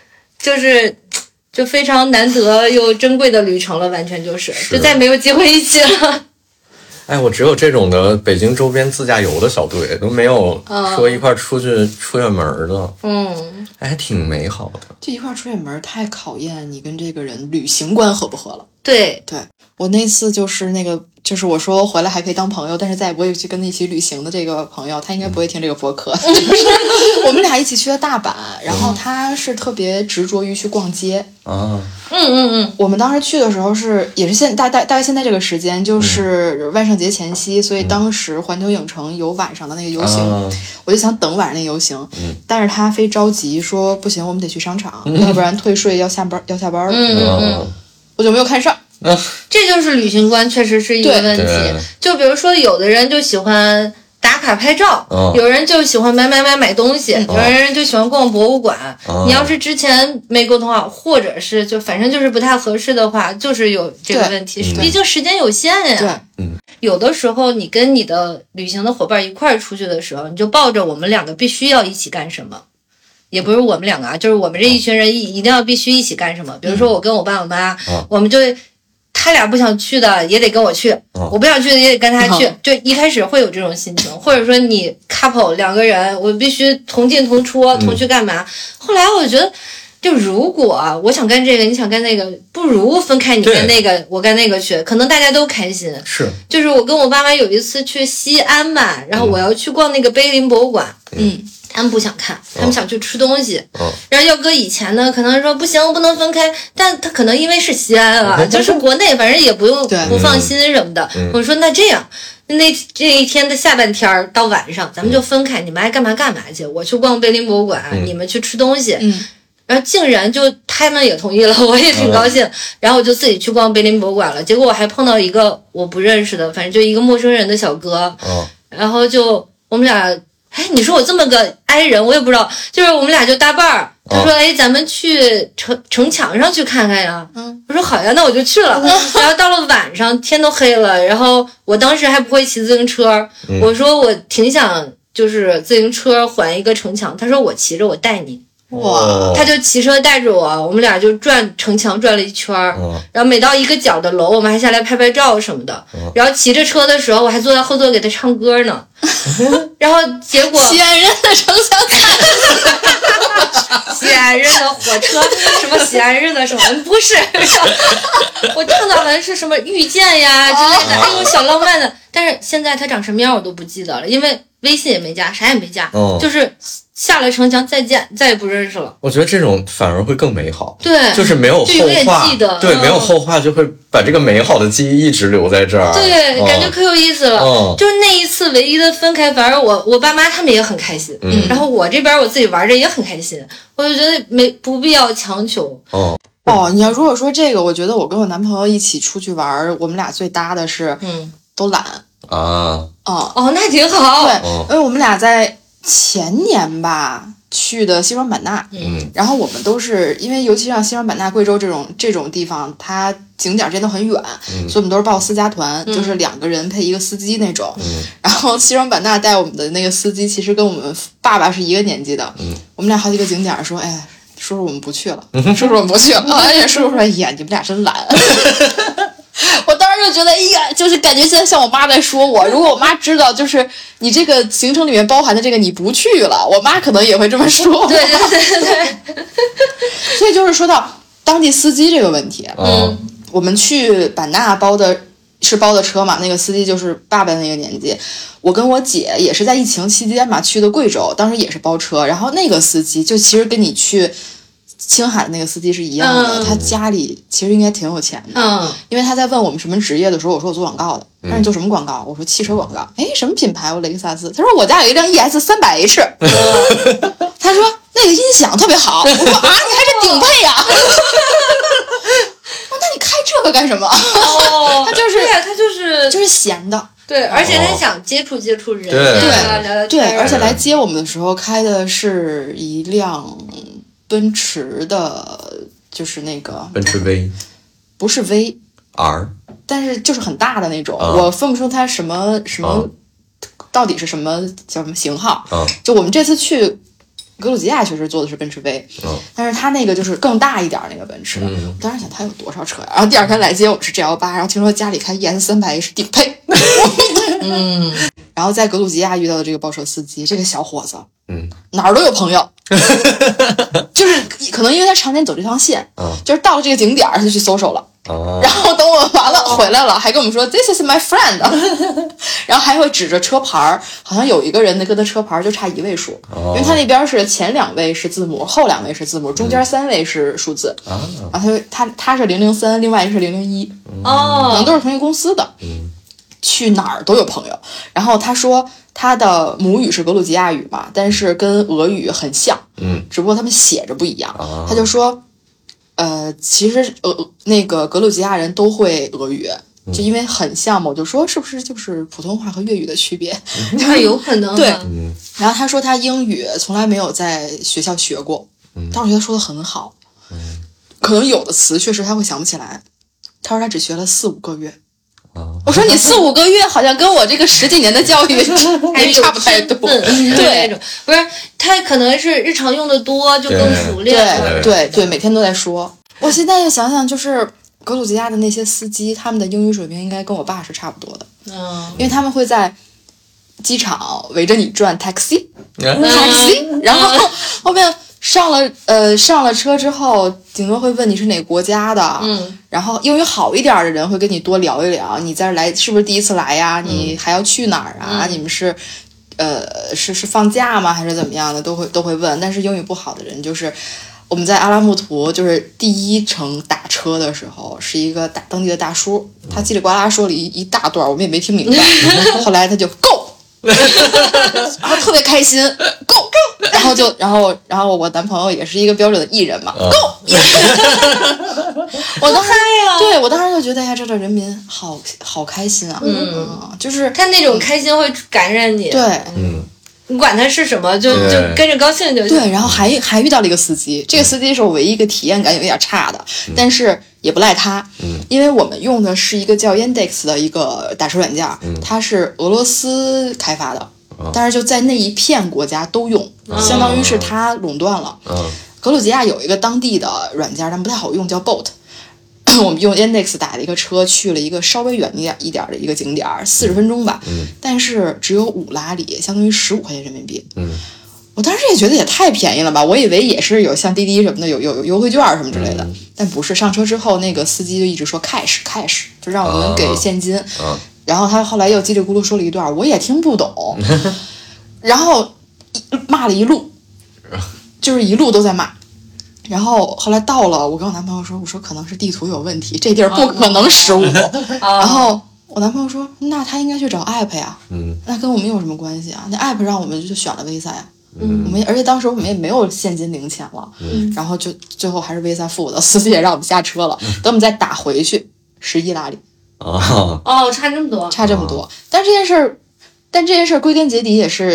S3: 就非常难得又珍贵的旅程了，完全就再也没有机会一起了。
S2: 哎，我只有这种的北京周边自驾游的小队，都没有说一块出去出远门的。还挺美好的。
S1: 这一块出远门太考验你跟这个人旅行观合不合了。
S3: 对，
S1: 我那次就是我说回来还可以当朋友，但是再也不会去跟他一起旅行的这个朋友，他应该不会听这个播客。我们俩一起去了大阪，然后他是特别执着于去逛街。我们当时去的时候也是大概现在这个时间，就是万圣节前夕，所以当时环球影城有晚上的那个游行，我就想等晚上那个游行，但是他非着急说不行，我们得去商场，要不然退税要下班了。我就没有看上。
S3: 这就是旅行观确实是一个问题。就比如说有的人就喜欢打卡拍照，有人就喜欢买东西，有人就喜欢逛博物馆。你要是之前没沟通好，或者是就反正就是不太合适的话，就是有这个问题。毕竟时间有限呀。有的时候你跟你的旅行的伙伴一块儿出去的时候，你就抱着我们两个必须要一起干什么。也不是我们两个啊，就是我们这一群人一定要必须一起干什么。比如说我跟我爸我妈，我们就他俩不想去的也得跟我去，我不想去的也得跟他去。就一开始会有这种心情，或者说你 couple 2个人，我必须同进同出，同去干嘛。后来我觉得，就如果我想干这个，你想干那个，不如分开，你干那个，我干那个去，可能大家都开心。就是我跟我爸妈有一次去西安吧，然后我要去逛那个碑林博物馆，他们不想看，他们想去吃东西。然后要搁以前呢，可能说不行，不能分开。但他可能因为是西安啊，就是国内，反正也不用不放心什么的。我说那这样，这一天的下半天到晚上，咱们就分开，你们爱干嘛干嘛去。我去逛碑林博物馆，你们去吃东西。然后竟然就他们也同意了，我也挺高兴。然后我就自己去逛碑林博物馆了。结果我还碰到一个我不认识的，反正就一个陌生人的小哥。然后就我们俩。你说我这么个 i 人，我也不知道，就是我们俩就搭伴儿。他说：“咱们去城墙上去看看呀。”我说：“好呀，那我就去了。”然后到了晚上，天都黑了，然后我当时还不会骑自行车，我说我挺想就是自行车环一个城墙。他说：“我骑着，我带你。”
S1: 哇！
S3: 他就骑车带着我们俩就转城墙转了一圈，然后每到一个角的楼，我们还下来拍拍照什么的。然后骑着车的时候，我还坐在后座给他唱歌呢。然后结果
S1: 西安人的城墙
S3: 西安人的火车，什么西安人的什么不是？我唱的好像是什么遇见呀之类的，哎呦小浪漫的。但是现在他长什么样我都不记得了，因为微信也没加，啥也没加，就是下了城墙再见，再也不认识了。
S2: 我觉得这种反而会更美好，
S3: 对，
S2: 就是没有后话，
S3: 记得
S2: 对，没有后话就会把这个美好的记忆一直留在这儿。
S3: 对，感觉可有意思了。就是那一次唯一的分开，反而我爸妈他们也很开心，然后我这边我自己玩着也很开心，我就觉得不必要强求。
S1: 你要如果说这个，我觉得我跟我男朋友一起出去玩，我们俩最搭的是，都懒
S2: 啊。
S3: 那挺好。
S1: 对，因为我们俩在前年吧， 去的西双版纳，然后我们都是因为尤其像西双版纳、贵州这种地方，它景点之间都很远，所以我们都是报私家团，就是2个人配1个司机那种。然后西双版纳带我们的那个司机，其实跟我们爸爸是一个年纪的。我们俩好几个景点说，哎，叔叔我们不去了，叔叔我们不去了。而且叔叔说，哎呀，你们俩真懒。我当时就觉得，哎呀，就是感觉现在像我妈在说我。如果我妈知道，就是你这个行程里面包含的这个你不去了，我妈可能也会这么说。
S3: 对。
S1: 所以就是说到当地司机这个问题，我们去版纳包的车嘛，那个司机就是爸爸那个年纪。我跟我姐也是在疫情期间嘛去的贵州，当时也是包车，然后那个司机就其实跟你去青海的那个司机是一样的，他家里其实应该挺有钱的，因为他在问我们什么职业的时候，我说我做广告的，他说你做什么广告？我说汽车广告。哎，什么品牌？我雷克萨斯。他说我家有一辆 ES300H。他说那个音响特别好。我说啊，你还是顶配呀。那你开这个干什么？他就是闲的。
S3: 对，而且他想接触人，
S1: 对，而且来接我们的时候开的是一辆奔驰的，就是那个
S2: 奔驰 V，
S1: 不是 V，R， 但是就是很大的那种，我分不出它什么到底是什么叫什么型号。就我们这次去格鲁吉亚确实坐的是奔驰 V，但是它那个就是更大一点那个奔驰。我当时想它有多少车呀？然后第2天来接我们是 G18，然后听说家里开 ES300H 顶配。然后在格鲁吉亚遇到的这个包车司机，这个小伙子，哪儿都有朋友，就是可能因为他常年走这条线，就是到了这个景点他就去social了。然后等我完了回来了，还跟我们说 This is my friend， 然后还会指着车牌，好像有一个人的跟他车牌就差1位数，因为他那边是前2位是字母，后2位是字母，中间3位是数字。然后他是003，另外一个是001，可能都是同一公司的。去哪儿都有朋友。然后他说他的母语是格鲁吉亚语嘛，但是跟俄语很像，只不过他们写着不一样。他就说其实那个格鲁吉亚人都会俄语，就因为很像嘛，我就说是不是就是普通话和粤语的区别？
S3: 有可能。
S1: 对，然后他说他英语从来没有在学校学过，但我觉得说的很好，可能有的词确实他会想不起来。他说他只学了4-5个月。我说你4-5个月好像跟我这个10几年的教育还差不太多。对，
S3: 不是他可能是日常用的多，就更熟练。
S1: 对，每天都在说。我现在想想，就是格鲁吉亚的那些司机，他们的英语水平应该跟我爸是差不多的。因为他们会在机场围着你转 taxi， 然后后面上了车之后，顶多会问你是哪个国家的，然后英语好一点的人会跟你多聊一聊，你在这来是不是第一次来呀？你还要去哪儿啊？你们是是放假吗？还是怎么样的？都会问。但是英语不好的人，就是我们在阿拉木图，就是第1程打车的时候，是一个当地的大叔，他叽里呱啦说了一大段，我们也没听明白。后来他就 go。然后特别开心 ，go， 然后我男朋友也是一个标准的艺人嘛 ，go， 我当时对我当时就觉得呀，这人民好开心啊，就是
S3: 他那种开心会感染你，
S1: 对，
S3: 你管他是什么，就跟着高兴就行。
S1: 对，然后还遇到了一个司机，这个司机是我唯一一个体验感有点差的，但是也不赖他，因为我们用的是一个叫 Yandex 的一个打车软件，它是俄罗斯开发的，但是就在那一片国家都用，相当于是它垄断了。格鲁吉亚有一个当地的软件，但不太好用，叫 Bolt。我们用 Yandex 打了一个车，去了一个稍微远一点的一个景点，40分钟吧，但是只有5拉里，相当于15块钱人民币。我当时也觉得也太便宜了吧，我以为也是有像滴滴什么的有优惠券什么之类的，但不是。上车之后，那个司机就一直说 cash， 就让我们给现金。然后他后来又叽里咕噜说了一段，我也听不懂，然后骂了一路，就是一路都在骂。然后后来到了，我跟我男朋友说，我说可能是地图有问题，这地儿不可能15。然后我男朋友说，那他应该去找 app 呀，那跟我们有什么关系啊？那 app 让我们就选了 Visa 呀。而且当时我们也没有现金零钱了，然后就最后还是 Visa 付的，司机也让我们下车了。等我们再打回去，11拉里。差这么多。但这件事归根结底也是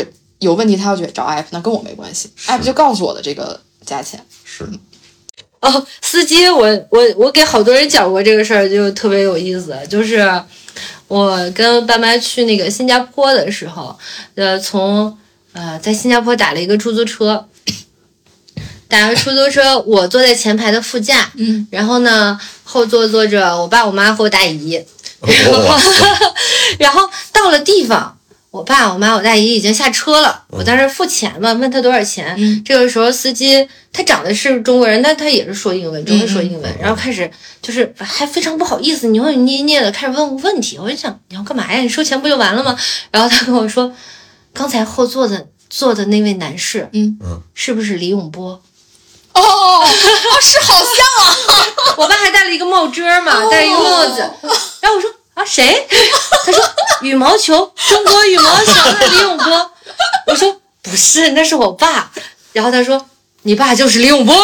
S1: 有问题他要去找 app， 那跟我没关系，app 就告诉我的这个价钱。
S2: 是。
S3: 哦，司机，我给好多人讲过这个事儿，就特别有意思。就是我跟爸妈去那个新加坡的时候，在新加坡打了一个出租车，打个出租车，我坐在前排的副驾，然后呢后座坐着我爸我妈和我大姨，然后到了地方。我爸、我妈、我大姨已经下车了，我在那付钱嘛，问他多少钱。这个时候司机他长得是中国人，但他也是说英文，只会说英文。然后开始就是还非常不好意思，扭扭捏捏的开始问我问题。我就想你要干嘛呀？你收钱不就完了吗？然后他跟我说，刚才后座的那位男士，是不是李永波？
S1: 哦，是好像啊。
S3: 我爸还戴了一个帽遮嘛，戴了一个帽子。然后我说。啊，谁？他说羽毛球，中国羽毛球的李永波。我说不是，那是我爸。然后他说你爸就是李永波。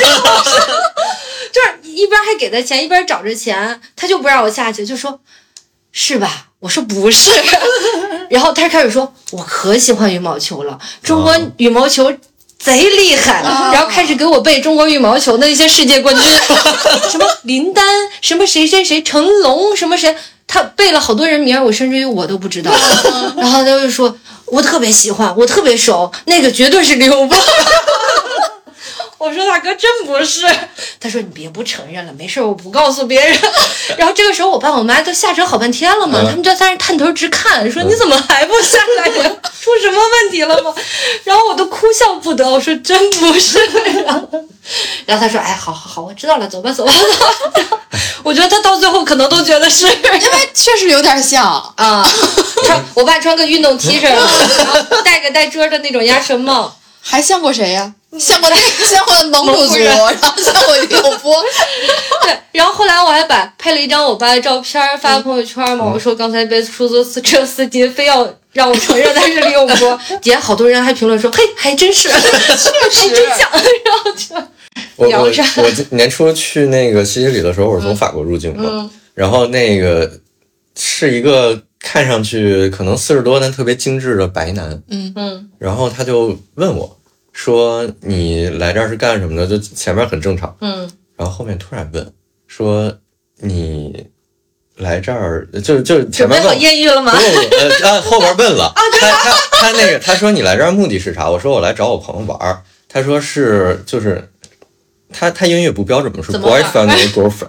S3: 就是一边还给他钱，一边找着钱，他就不让我下去，就说是吧？我说不是。然后他开始说我可喜欢羽毛球了，中国羽毛球贼厉害，然后开始给我背中国羽毛球的那些世界冠军，什么林丹，什么谁谁谁，成龙，什么谁。他背了好多人名，我甚至于我都不知道。然后他就说我特别喜欢，我特别熟，那个绝对是李永波。我说大哥真不是。他说你别不承认了，没事，我不告诉别人。然后这个时候我爸我妈都下车好半天了嘛，他们就在那探头直看，说你怎么还不下来呀？出什么问题了吗？然后我都哭笑不得，我说真不是。然后他说哎，好，我知道了，走吧。我觉得他到最后可能都觉得是，因
S1: 为确实有点像
S3: 啊。我爸穿个运动 T 恤，然后戴个带遮的那种鸭舌帽，
S1: 还像过谁呀？像过蒙古族，然后像过李永波。
S3: 对，然后后来我还拍了一张我爸的照片发朋友圈嘛，我说刚才被出租车司机非要让我承认他是李永波，底下好多人还评论说嘿，还真是，还真像，然后就聊上。
S2: 我年初去那个西西里的时候，我是从法国入境的，然后那个是一个看上去可能40多但特别精致的白男，然后他就问我说你来这儿是干什么的？就前面很正常，然后后面突然问说你来这儿就前面问
S3: 准备好艳遇了吗？
S2: 后边问了他那个他说你来这儿目的是啥？我说我来找我朋友玩。他说是就是他英语不标准嘛，说 boyfriend or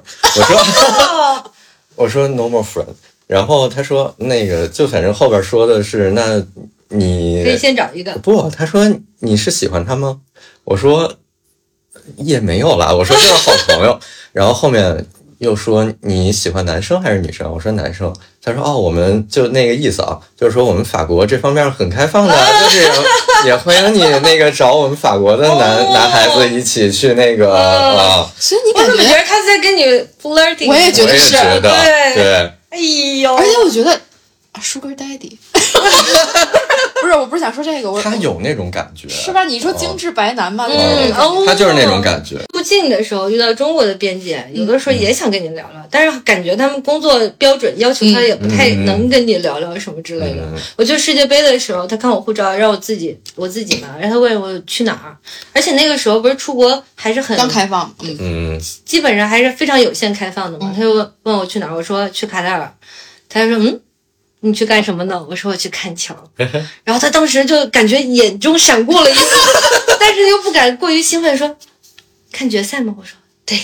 S2: girlfriend。我说 normal friend。然后他说那个就反正后边说的是那你
S3: 可以先找一个。
S2: 不，他说你是喜欢他吗？我说也没有啦，我说就是好朋友。然后后面又说你喜欢男生还是女生？我说男生。他说我们就那个意思啊，就是说我们法国这方面很开放的，就是也欢迎你那个找我们法国的男孩子一起去那个
S1: 所以你感觉
S3: 我怎么觉得他在跟你 flirting？
S1: 我也觉得是，
S2: 对。
S3: 哎呦，
S1: 而且我觉得 Sugar Daddy。不是，我不是想说这个，
S2: 他有那种感觉，
S1: 是吧？你说精致白男嘛，
S2: 他就是那种感觉。
S3: 入境的时候遇到中国的边界，有的时候也想跟你聊聊，但是感觉他们工作标准要求他也不太能跟你聊聊什么之类的。我就世界杯的时候，他看我护照，让我自己嘛，然后他问我去哪儿，而且那个时候不是出国还是很
S1: 刚开放，
S3: 基本上还是非常有限开放的嘛。他就问我去哪儿，我说去卡塔尔，他就说你去干什么呢？我说我去看球。然后他当时就感觉眼中闪过了一丝，但是又不敢过于兴奋，说看决赛吗？我说对。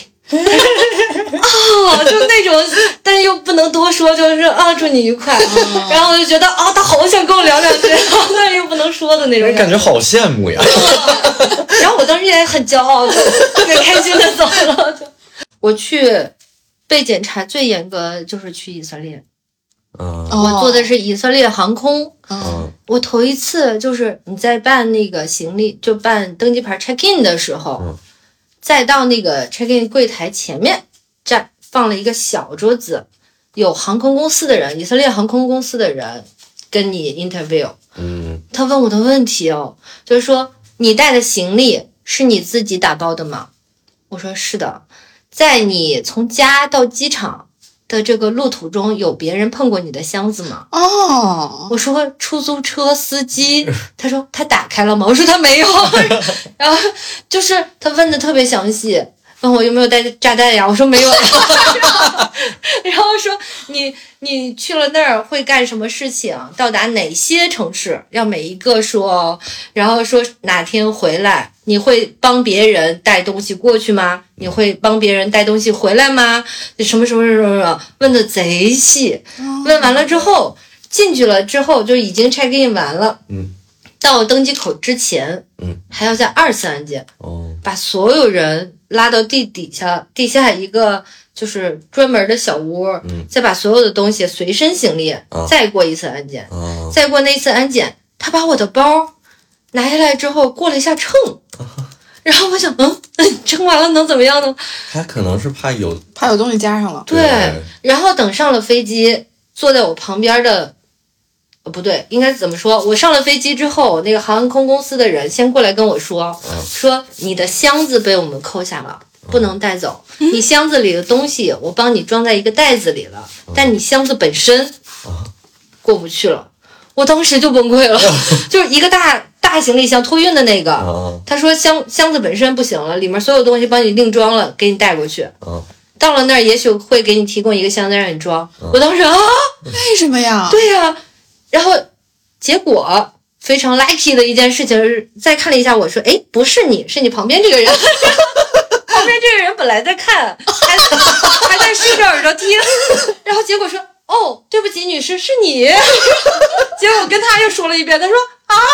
S3: 就那种，但是又不能多说，就是祝你愉快。然后我就觉得他好想跟我聊两句，但是又不能说的那种
S2: 感觉好羡慕呀。
S3: 然后我当时也很骄傲的，特别开心的走了。我去被检查最严格就是去以色列。我坐的是以色列航空。我头一次就是你在办那个行李，就办登机牌 check in 的时候，再到那个 check in 柜台前面放了一个小桌子，有航空公司的人，以色列航空公司的人跟你 interview。他问我的问题就是说你带的行李是你自己打包的吗？我说是的。在你从家到机场的这个路途中有别人碰过你的箱子吗？
S1: 哦，
S3: 我说出租车司机，他说他打开了吗？我说他没有，然后就是他问的特别详细，问我有没有带炸弹呀？我说没有，然后说你去了那儿会干什么事情？到达哪些城市？要每一个说，然后说哪天回来？你会帮别人带东西过去吗？你会帮别人带东西回来吗？什么，问的贼细。问完了之后，进去了之后就已经 check in 完了。到登机口之前，还要再2次安检。把所有人拉到地下一个就是专门的小屋，再把所有的东西随身行李再过一次安检。再过那次安检，他把我的包拿下来之后过了一下秤。然后我想，称完了能怎么样呢？
S2: 他可能是怕有
S1: 东西加上了。
S3: 对，然后等上了飞机，坐在我旁边的，不对，应该怎么说？我上了飞机之后，那个航空公司的人先过来跟我说，说你的箱子被我们扣下了，不能带走。你箱子里的东西我帮你装在一个袋子里了，但你箱子本身过不去了。我当时就崩溃了，就是一个大行李箱托运的那个，他说箱子本身不行了，里面所有东西帮你另装了，给你带过去。到了那儿也许会给你提供一个箱子让你装。我当时
S1: 为什么呀？
S3: 对呀，然后结果非常 lucky 的一件事情是，再看了一下我说，不是你，是你旁边这个人。旁边这个人本来在看，还在竖着耳朵听，然后结果说，对不起女士，是你。结果我跟他又说了一遍，他说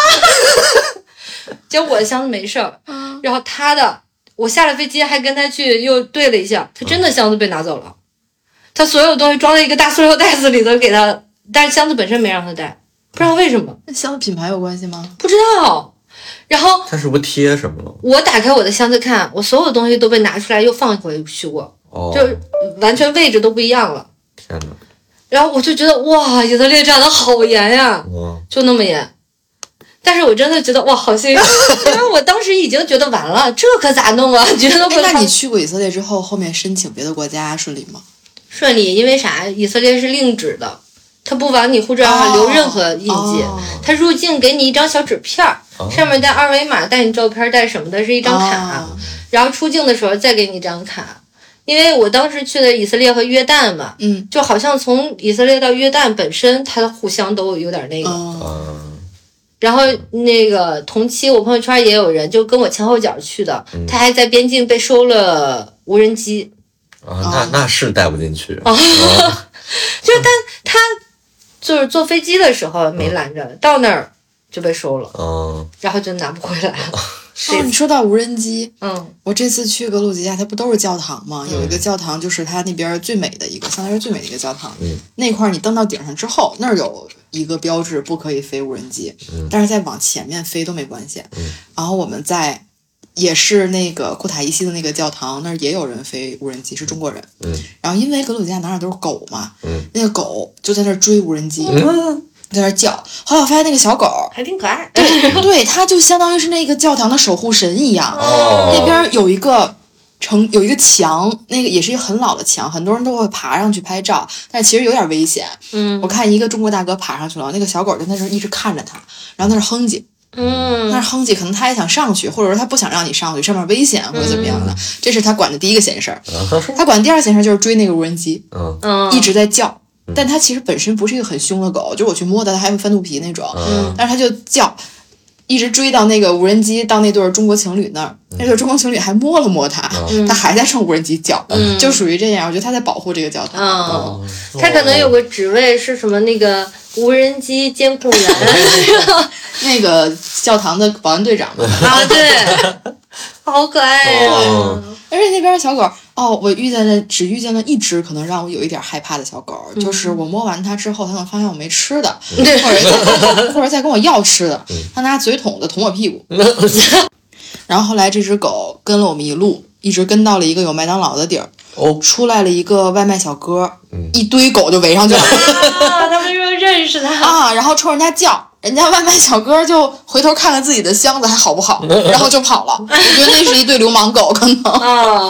S3: 结果我的箱子没事儿，然后他的，我下了飞机还跟他去又对了一下，他真的箱子被拿走了，他所有东西装在一个大塑料袋子里头给他，但是箱子本身没让他带，不知道为什么。
S1: 那箱子品牌有关系吗？
S3: 不知道。然后
S2: 他是不是贴什么了？
S3: 我打开我的箱子看，我所有东西都被拿出来又放回去过，就完全位置都不一样了。
S2: 天哪！
S3: 然后我就觉得哇，以色列站得好严呀，就那么严。但是我真的觉得哇，好幸运，因为我当时已经觉得完了，这可咋弄啊？觉得
S1: 那你去过以色列之后，后面申请别的国家顺利吗？
S3: 顺利，因为啥？以色列是另指的，他不往你护照上留任何印记，他入境给你一张小纸片，上面带2维码，带你照片，带什么的，是一张卡，然后出境的时候再给你一张卡。因为我当时去的以色列和约旦嘛，就好像从以色列到约旦本身，它互相都有点那个。然后那个同期我朋友圈也有人就跟我前后脚去的，他还在边境被收了无人机。
S2: 那是带不进去。
S3: 就是他就是坐飞机的时候没拦着，到那儿就被收了，然后就拿不回来了。
S1: 你说到无人机，我这次去格鲁吉亚，它不都是教堂吗？有一个教堂就是它那边最美的一个，相当于最美的一个教堂。那块你登到顶上之后，那儿有一个标志，不可以飞无人机，但是再往前面飞都没关系。然后我们也是那个库塔伊西的那个教堂，那儿也有人飞无人机，是中国人。然后因为格鲁吉亚哪都是狗嘛，那个狗就在那儿追无人机。在那叫，后来我发现那个小狗
S3: 还挺可爱，
S1: 对，它就相当于是那个教堂的守护神一样。那边有一个墙，那个也是一个很老的墙，很多人都会爬上去拍照，但其实有点危险。我看一个中国大哥爬上去了，那个小狗在那时候一直看着他，然后在那哼唧。那是哼唧，可能他也想上去，或者说他不想让你上去，上面危险或者怎么样的。这是他管的第一个闲事儿。他管的第二闲事儿就是追那个无人机，一直在叫。但它其实本身不是一个很凶的狗，就是我去摸它还会翻肚皮那种，但是它就叫，一直追到那个无人机，到那对中国情侣那儿，那对中国情侣还摸了摸它，它还在冲无人机叫，就属于这样。我觉得它在保护这个教堂。
S3: 它可能有个职位是什么那个无人机监控员，
S1: 那个教堂的保安队长
S3: 对，好可爱呀。
S1: 而且那边小狗我只遇见了一只可能让我有一点害怕的小狗，就是我摸完它之后，它能发现我没吃的，或者再跟我要吃的，它拿嘴捅我屁股。然后后来这只狗跟了我们一路，一直跟到了一个有麦当劳的地儿，出来了一个外卖小哥，一堆狗就围上去了。
S3: 他们说认识他
S1: 然后冲人家叫。人家外卖小哥就回头看看自己的箱子还好不好，然后就跑了。我觉得那是一对流氓狗，可能。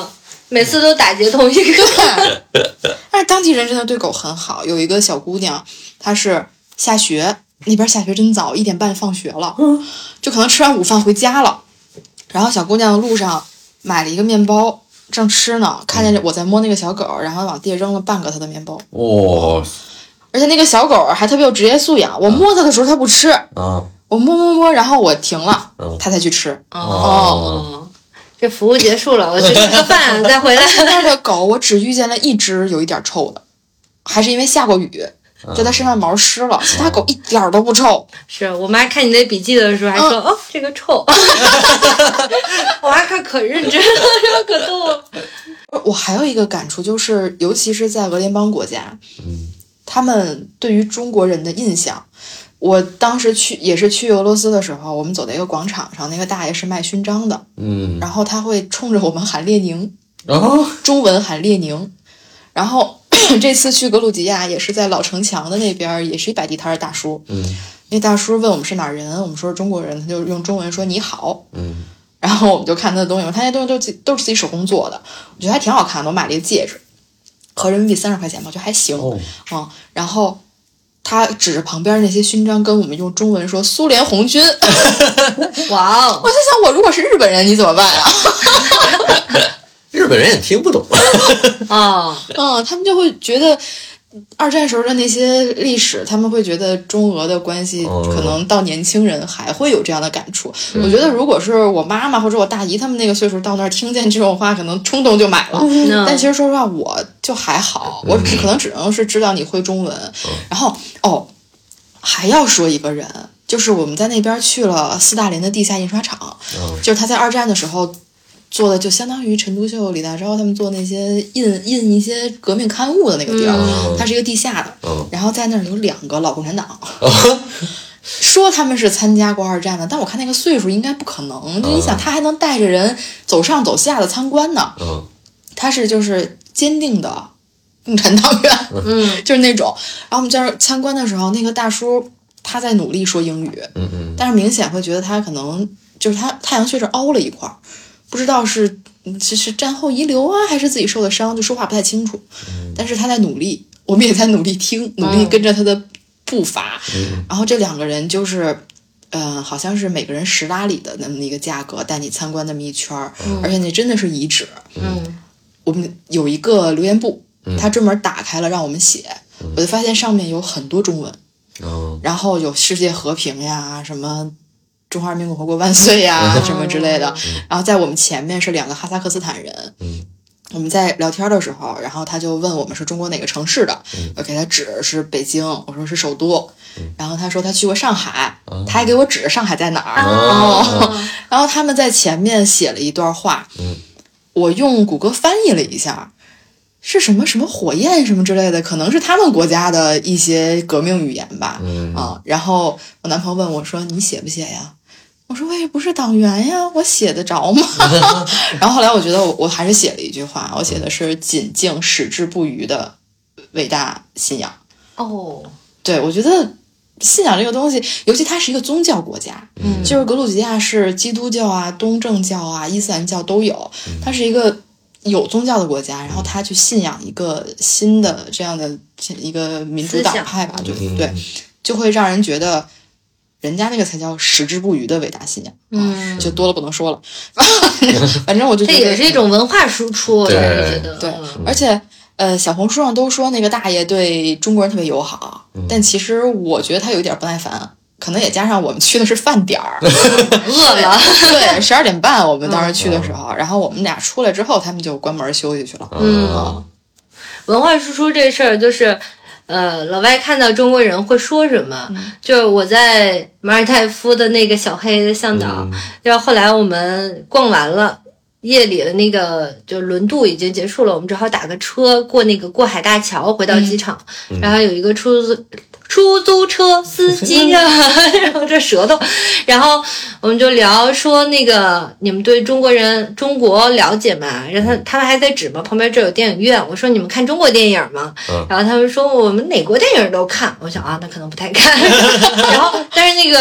S3: 每次都打劫同一个。
S1: 但是当地人真的对狗很好。有一个小姑娘，她是下学，那边下学真早，1点半放学了，就可能吃完午饭回家了。然后小姑娘路上买了一个面包，正吃呢，看见我在摸那个小狗，然后往地下扔了半个她的面包。
S2: 哇！
S1: 而且那个小狗还特别有职业素养，我摸它的时候它不吃，我摸，然后我停了，它才去吃。
S3: 这服务结束了，我去吃个饭再回来。
S1: 那个狗我只遇见了一只有一点臭的，还是因为下过雨，就它身上毛湿了，其他狗一点都不臭。
S3: 是我妈看你那笔记的时候还说，哦，这个臭。我妈看可认真了，这可逗了。
S1: 我还有一个感触就是，尤其是在俄联邦国家，他们对于中国人的印象。我当时也是去俄罗斯的时候，我们走在一个广场上，那个大爷是卖勋章的，然后他会冲着我们喊列宁，中文喊列宁。然后这次去格鲁吉亚也是在老城墙的那边，也是一摆地摊的大叔，那大叔问我们是哪儿人，我们说是中国人，他就用中文说你好，然后我们就看他的东西，他那东西都是自己手工做的，我觉得还挺好看的，我买了一个戒指，合人民币30块钱吧，就还行，然后他指着旁边那些勋章跟我们用中文说苏联红军。
S3: 哇哦！
S1: 我在想，我如果是日本人你怎么办啊？
S2: 日本人也听不懂。
S1: 他们就会觉得二战时候的那些历史，他们会觉得中俄的关系可能到年轻人还会有这样的感触。我觉得如果是我妈妈或者我大姨他们那个岁数到那儿听见这种话，可能冲动就买了。但其实说实话，我就还好，我可能只能是知道你会中文。然后还要说一个人，就是我们在那边去了斯大林的地下印刷厂，就是他在二战的时候做的，就相当于陈独秀、李大钊他们做那些印一些革命刊物的那个地儿，它是一个地下的，然后在那儿有2个老共产党，说他们是参加过二战的，但我看那个岁数应该不可能，就你想他还能带着人走上走下的参观呢，他是就是坚定的共产党员，就是那种。然后我们在这儿参观的时候，那个大叔他在努力说英语，但是明显会觉得他可能就是他太阳穴这凹了一块，不知道是战后遗留啊，还是自己受的伤，就说话不太清楚。但是他在努力，我们也在努力听，努力跟着他的步伐。然后这2个人就是，好像是每个人10拉里的那么一个价格，带你参观那么一圈，而且那真的是遗址。我们有一个留言簿，他专门打开了让我们写，我就发现上面有很多中文，然后有世界和平呀，什么中华人民共和国万岁呀，什么之类的。然后在我们前面是2个哈萨克斯坦人，我们在聊天的时候，然后他就问我们是中国哪个城市的，我给他指是北京，我说是首都，然后他说他去过上海，他还给我指着上海在哪儿，然后他们在前面写了一段话，我用谷歌翻译了一下，是什么什么火焰什么之类的，可能是他们国家的一些革命语言吧，然后我男朋友问我说你写不写呀？我说我也不是党员呀，我写得着吗？然后后来我觉得我还是写了一句话，我写的是谨敬矢志不渝的伟大信仰。对，我觉得信仰这个东西，尤其它是一个宗教国家，就是格鲁吉亚是基督教啊、东正教啊、伊斯兰教都有，它是一个有宗教的国家，然后他去信仰一个新的这样的一个民主党派吧，对，就会让人觉得人家那个才叫矢志不渝的伟大信仰，就多了不能说了。反正我就觉得
S3: 这也是一种文化输出，我觉得
S1: 对，而且小红书上都说那个大爷对中国人特别友好，但其实我觉得他有点不耐烦。可能也加上我们去的是饭点儿，
S3: 饿了。
S1: 对，12点半我们当时去的时候，然后我们俩出来之后，他们就关门休息去了。
S3: 文化输出这事儿就是，老外看到中国人会说什么？就是我在马尔代夫的那个小黑的向导，然后后来我们逛完了。夜里的那个就轮渡已经结束了，我们只好打个车过那个过海大桥回到机场，然后有一个出租车司机啊，然后这舌头，然后我们就聊说那个你们对中国了解吗？然后他们还在指嘛，旁边这有电影院，我说你们看中国电影吗？然后他们说我们哪国电影都看，我想啊，那可能不太看。然后但是那个司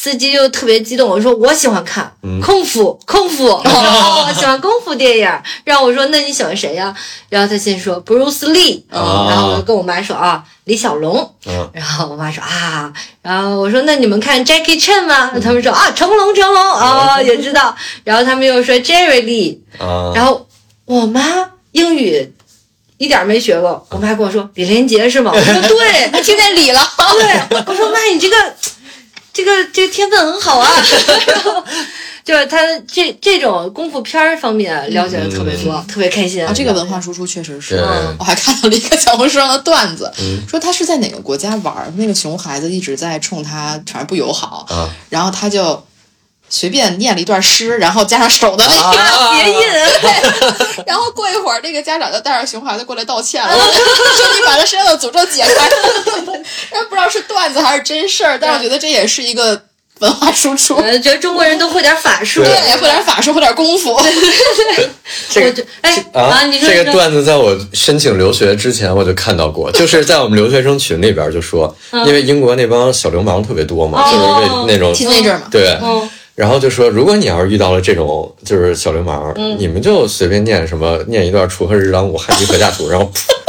S3: 司机就特别激动，我说我喜欢看空腹，我喜欢功夫电影。然后我说那你喜欢谁呀？然后他先说 Bruce Lee，然后我就跟我妈说李小龙。然后我妈说然后我说那你们看 Jackie Chan 吗？他们说成龙也知道。然后他们又说 Jerry Lee，然后我妈英语一点没学过，我妈跟我说李连杰是吗？我说对，
S1: 我听见李了。
S3: 对，我说妈，你这个天分很好啊。就是他这种功夫片方面了解的特别多，特别开心
S1: 这个文化输出确实是。我还看到了一个小红书上的段子，说他是在哪个国家玩，那个熊孩子一直在冲他反正不友好，然后他就随便念了一段诗，然后加上手的那个
S3: 别印，
S1: 然后过一会儿那个家长就带着熊孩子过来道歉了，说你把他身上的诅咒解开。但不知道是段子还是真事儿，但是我觉得这也是一个文化输出。
S3: 觉得中国人都会点法术，
S1: 对，会点法术，会点功夫。
S2: 这个
S3: 你说
S2: 这个段子在我申请留学之前我就看到过，就是在我们留学生群里边就说，因为英国那帮小流氓特别多嘛，就是为那种
S1: teenager 嘛，
S2: 对。然后就说，如果你要是遇到了这种就是小流氓，你们就随便念一段锄禾日当午，汗滴禾下土，然后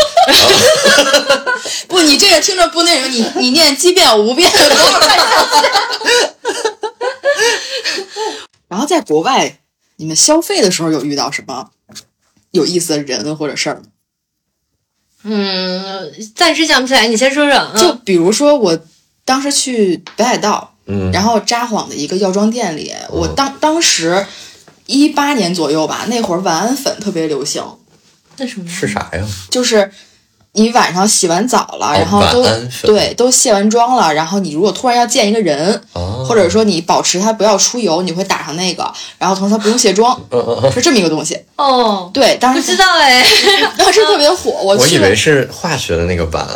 S1: 不，你这个听着不那什么，你念7遍5遍，然后在国外，你们消费的时候有遇到什么有意思的人或者事儿吗？
S3: 暂时想不起来，你先说说。
S1: 就比如说我当时去北海道。然后札幌的一个药妆店里，我当时18年左右吧，那会儿晚安粉特别流行。
S3: 那什么
S2: 是啥呀？
S1: 就是你晚上洗完澡了，然后都卸完妆了，然后你如果突然要见一个人，或者说你保持它不要出油，你会打上那个，然后同时它不用卸妆，是这么一个东西。对，当时
S3: 不知道哎，
S1: 当时特别火。我
S2: 以为是化学的那个板。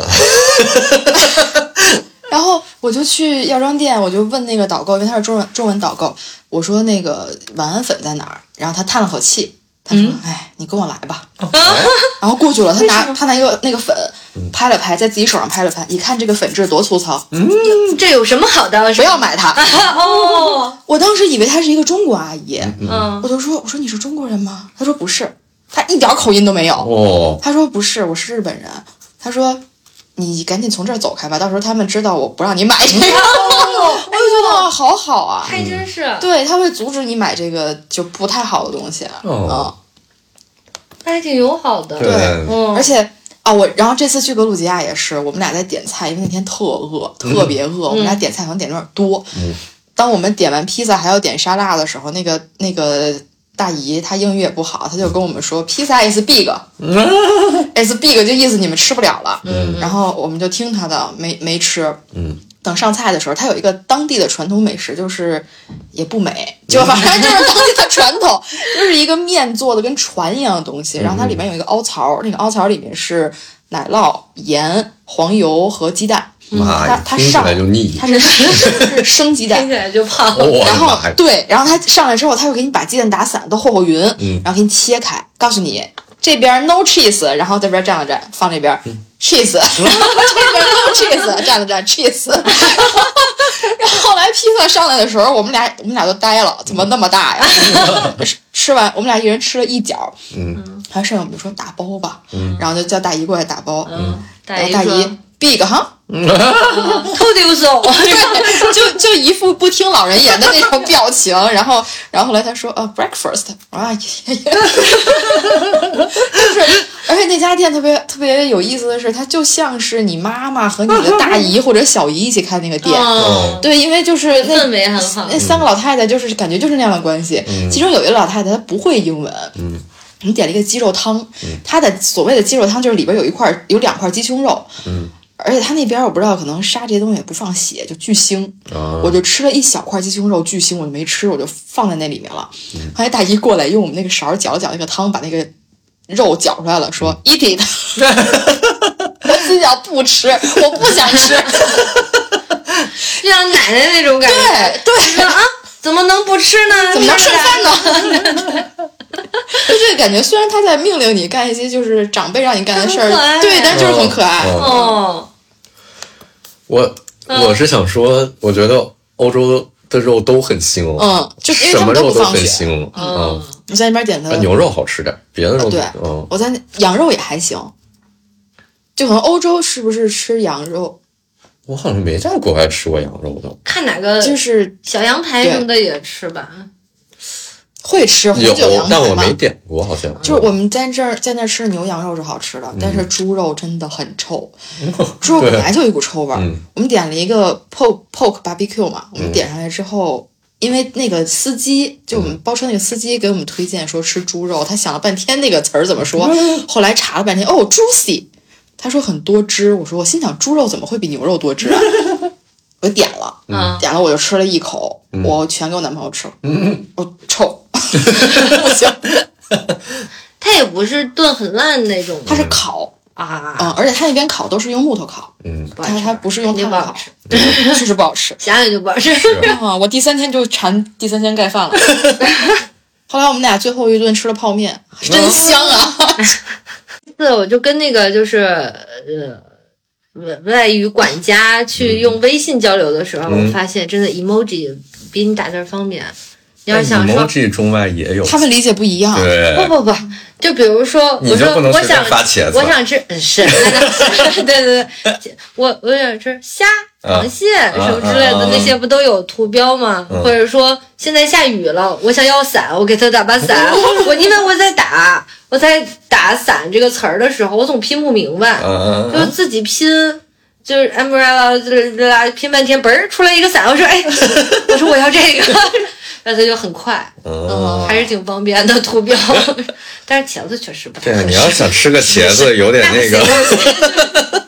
S1: 然后我就去药妆店，我就问那个导购，因为他是中文导购，我说那个晚安粉在哪儿？然后他叹了口气，他说：“你跟我来吧。”然后过去了，他拿一个那个粉拍了拍，在自己手上拍了拍，一看这个粉质多粗糙，
S3: 这有什么好的？
S1: 不要买它。我当时以为她是一个中国阿姨，我就说你是中国人吗？他说不是，他一点口音都没有。他说不是，我是日本人。他说。你赶紧从这儿走开吧，到时候他们知道我不让你买这个。我就觉得好好啊，
S3: 还真是。
S1: 对，他会阻止你买这个就不太好的东西。
S3: 那还挺友好的。
S1: 对，而且然后这次去格鲁吉亚也是，我们俩在点菜，因为那天特别饿，我们俩点菜可能点的有点多。当我们点完披萨还要点沙拉的时候，那个大姨她英语也不好，她就跟我们说披萨 is big，is big 就意思你们吃不了了。然后我们就听她的，没吃。等上菜的时候，她有一个当地的传统美食，就是也不美，就反正就是当地的传统，就是一个面做的跟船一样的东西，然后它里面有一个凹槽，那个凹槽里面是奶酪、盐、黄油和鸡蛋。它上来
S2: 就腻，
S1: 它是生鸡蛋，
S3: 听起来就胖。
S1: 然后对，然后它上来之后，它会给你把鸡蛋打散，都和匀，然后给你切开，告诉你这边 no cheese， 然后这边蘸了蘸，放这边cheese， 这边 no cheese， 蘸了蘸 cheese。然后后来披萨上来的时候，我们俩都呆了，怎么那么大呀？吃完我们俩一人吃了一角，还剩下我们就说打包吧，然后就叫大姨过来打包，然后大姨。big 哈，
S3: 偷丢手，
S1: 对，就一副不听老人言的那种表情，然后后来他说breakfast 就是而且那家店特别有意思的是，它就像是你妈妈和你的大姨或者小姨一起开那个店，对，因为就是
S3: 氛围很好，
S1: 那3个老太太就是感觉就是那样的关系，其中有一个老太太她不会英文，我们点了一个鸡肉汤，她的所谓的鸡肉汤就是里边有2块鸡胸肉，而且他那边我不知道，可能杀这些东西也不放血，就巨腥。我就吃了一小块鸡胸肉，巨腥，我就没吃，我就放在那里面了。后来大姨过来用我们那个勺搅了搅那个汤，把那个肉搅出来了，说 eat it。我自己讲不吃，我不想吃，
S3: 就像奶奶那种感觉。
S1: 对，
S3: 说怎么能不吃呢？
S1: 怎么能剩饭呢？就这个感觉，虽然他在命令你干一些就是长辈让你干的事儿，对，但就是很可爱。
S2: 我是想说，我觉得欧洲的肉都很腥，
S1: 就因为他们
S2: 什么肉
S1: 不放血。
S2: 很腥，
S1: 我在那边点的
S2: 牛肉好吃点，别的肉
S1: 对，我在羊肉也还行，就可能欧洲是不是吃羊肉？
S2: 我好像没在国外吃过羊肉的。
S3: 看哪个
S1: 就是
S3: 小羊排什么的也吃吧。
S1: 会吃红酒羊排吗？
S2: 但我没点过，好像。
S1: 就是我们在那吃的牛羊肉是好吃的，但是猪肉真的很臭，猪肉本来就有一股臭味。我们点了一个 poke barbecue 嘛，我们点上来之后，因为那个司机就我们包车那个司机给我们推荐说吃猪肉，他想了半天那个词儿怎么说，后来查了半天，哦 juicy， 他说很多汁，我说我心想猪肉怎么会比牛肉多汁啊？我就点了，点了我就吃了一口，我全给我男朋友吃了，我臭，不行。
S3: 它也不是炖很烂那种，
S1: 它是烤
S3: 啊，
S1: 而且它那边烤都是用木头烤，它不是用炭烤，确实不好吃，
S3: 想想就不好吃
S1: 啊！我第3天就馋第3天盖饭了。后来我们俩最后一顿吃了泡面，真香啊！
S3: 是，我就跟那个就是外语管家去用微信交流的时候，我发现真的 emoji 比你打字方便。你要想说
S2: emoji 中外也有，
S1: 他们理解不一样。
S2: 对，
S3: 不，就比如说，我说我想吃是，对，我想吃虾、螃蟹什么之类的，那些不都有图标吗？或者说现在下雨了，我想要伞，我给他打把伞。因为我在打伞这个词儿的时候，我总拼不明白，就自己拼。就是 umbrella 拼半天，嘣出来一个伞，我说我要这个，然后他就很快，还是挺方便的图标，但是茄子确实不太合适。
S2: 对，你要想吃个茄子，有点那个。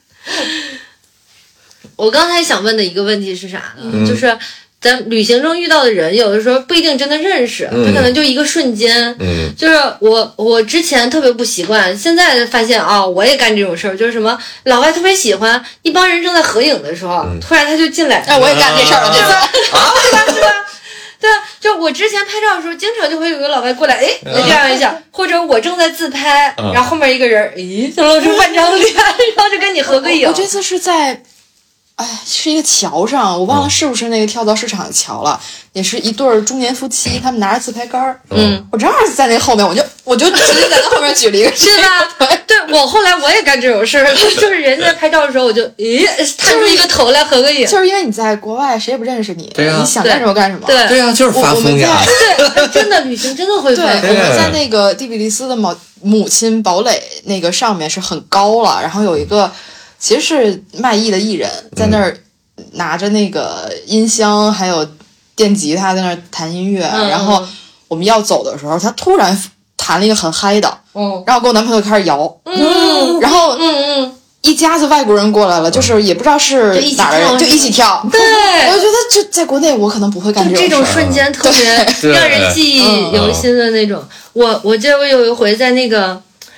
S3: 我刚才想问的一个问题是啥呢？就是咱旅行中遇到的人，有的时候不一定真的认识，他可能就一个瞬间。就是我之前特别不习惯，现在发现我也干这种事儿，就是什么老外特别喜欢一帮人正在合影的时候，突然他就进来，
S1: 我也干这事儿了，
S3: 对吧？对，就我之前拍照的时候，经常就会有个老外过来，这样一下，或者我正在自拍，然后后面一个人，就露出半张脸，然后就跟你合个影。
S1: 我这次是在。是一个桥上，我忘了是不是那个跳蚤市场的桥了，也是一对中年夫妻，他们拿着自拍杆我正好在那后面，我就直接在那后面举了一个，
S3: 是吧？对，我后来我也干这种事儿，就是人家拍照的时候，我就探出一个头来合个影，
S1: 就是因为你在国外，谁也不认识你，
S2: 对啊，
S1: 你想干什么干什么，
S2: 对啊，就是发疯呀，
S3: 对，真的旅行真的会发疯。
S1: 我们在那个第比利斯的母亲堡垒那个上面是很高了，然后有一个。其实是卖艺的艺人在那儿拿着那个音箱还有电吉他在那儿弹音乐，然后我们要走的时候，他突然弹了一个很嗨的，然后跟我男朋友开始摇，然后一家子外国人过来了，就是也不知道是哪儿的人，就一起跳。
S3: 对，
S1: 我觉得这在国内我可能不会干
S3: 这种瞬间特别让人记忆犹新的那种。我记得我有一回在那个